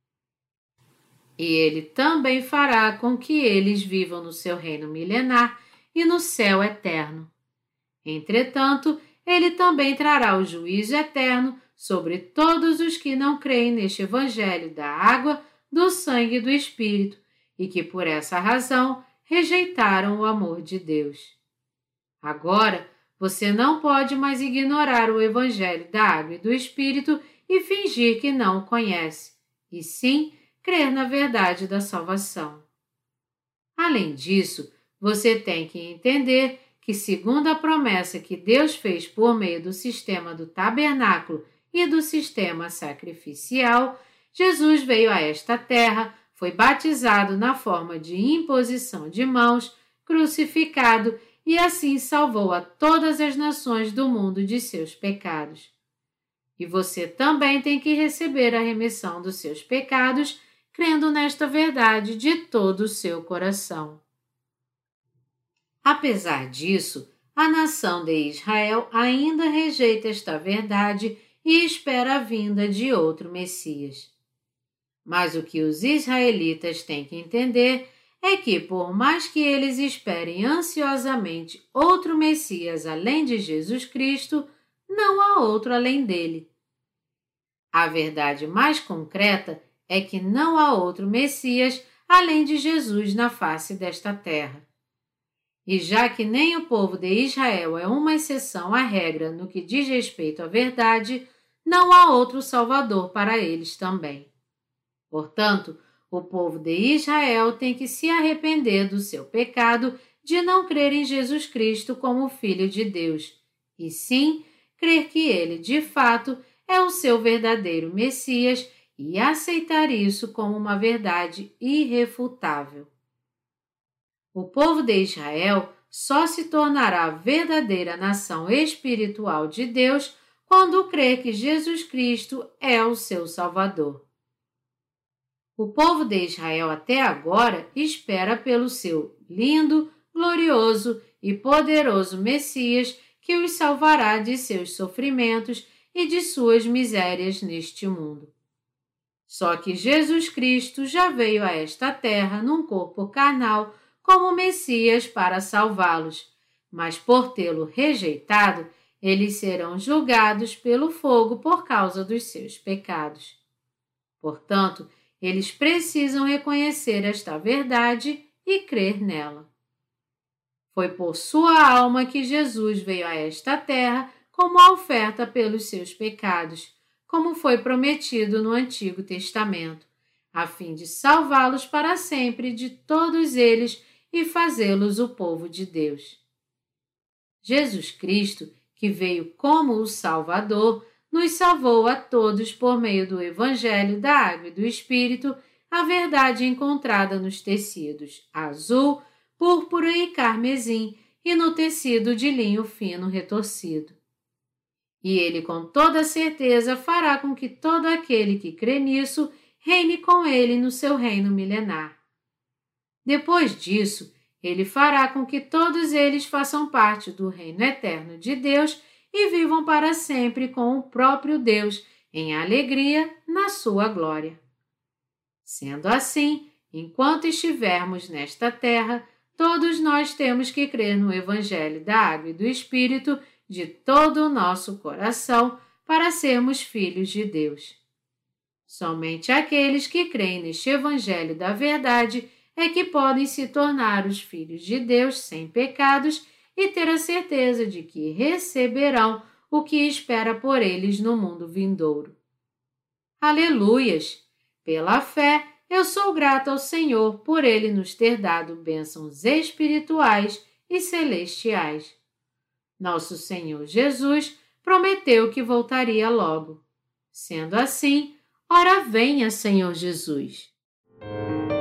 E ele também fará com que eles vivam no seu reino milenar e no céu eterno. Entretanto, ele também trará o juízo eterno sobre todos os que não creem neste evangelho da água, do sangue e do Espírito, e que por essa razão rejeitaram o amor de Deus. Agora, você não pode mais ignorar o evangelho da água e do Espírito e fingir que não o conhece, e sim crer na verdade da salvação. Além disso, você tem que entender que, segundo a promessa que Deus fez por meio do sistema do tabernáculo e do sistema sacrificial, Jesus veio a esta terra, foi batizado na forma de imposição de mãos, crucificado e assim salvou a todas as nações do mundo de seus pecados. E você também tem que receber a remissão dos seus pecados, crendo nesta verdade de todo o seu coração. Apesar disso, a nação de Israel ainda rejeita esta verdade e espera a vinda de outro Messias. Mas o que os israelitas têm que entender é que, por mais que eles esperem ansiosamente outro Messias além de Jesus Cristo, não há outro além dele. A verdade mais concreta é que não há outro Messias além de Jesus na face desta terra. E já que nem o povo de Israel é uma exceção à regra no que diz respeito à verdade, não há outro Salvador para eles também. Portanto, o povo de Israel tem que se arrepender do seu pecado de não crer em Jesus Cristo como Filho de Deus, e sim crer que ele, de fato, é o seu verdadeiro Messias e aceitar isso como uma verdade irrefutável. O povo de Israel só se tornará a verdadeira nação espiritual de Deus quando crer que Jesus Cristo é o seu Salvador. O povo de Israel até agora espera pelo seu lindo, glorioso e poderoso Messias que os salvará de seus sofrimentos e de suas misérias neste mundo. Só que Jesus Cristo já veio a esta terra num corpo carnal como Messias para salvá-los, mas por tê-lo rejeitado, eles serão julgados pelo fogo por causa dos seus pecados. Portanto, eles precisam reconhecer esta verdade e crer nela. Foi por sua alma que Jesus veio a esta terra como a oferta pelos seus pecados, como foi prometido no Antigo Testamento, a fim de salvá-los para sempre de todos eles e fazê-los o povo de Deus. Jesus Cristo, que veio como o Salvador, nos salvou a todos por meio do Evangelho da Água e do Espírito, a verdade encontrada nos tecidos azul, púrpura e carmesim e no tecido de linho fino retorcido. E ele com toda certeza fará com que todo aquele que crê nisso reine com ele no seu reino milenar. Depois disso, ele fará com que todos eles façam parte do reino eterno de Deus e vivam para sempre com o próprio Deus, em alegria, na sua glória. Sendo assim, enquanto estivermos nesta terra, todos nós temos que crer no Evangelho da Água e do Espírito de todo o nosso coração para sermos filhos de Deus. Somente aqueles que creem neste Evangelho da verdade é que podem se tornar os filhos de Deus sem pecados e ter a certeza de que receberão o que espera por eles no mundo vindouro. Aleluias! Pela fé, eu sou grato ao Senhor por Ele nos ter dado bênçãos espirituais e celestiais. Nosso Senhor Jesus prometeu que voltaria logo. Sendo assim, ora venha, Senhor Jesus.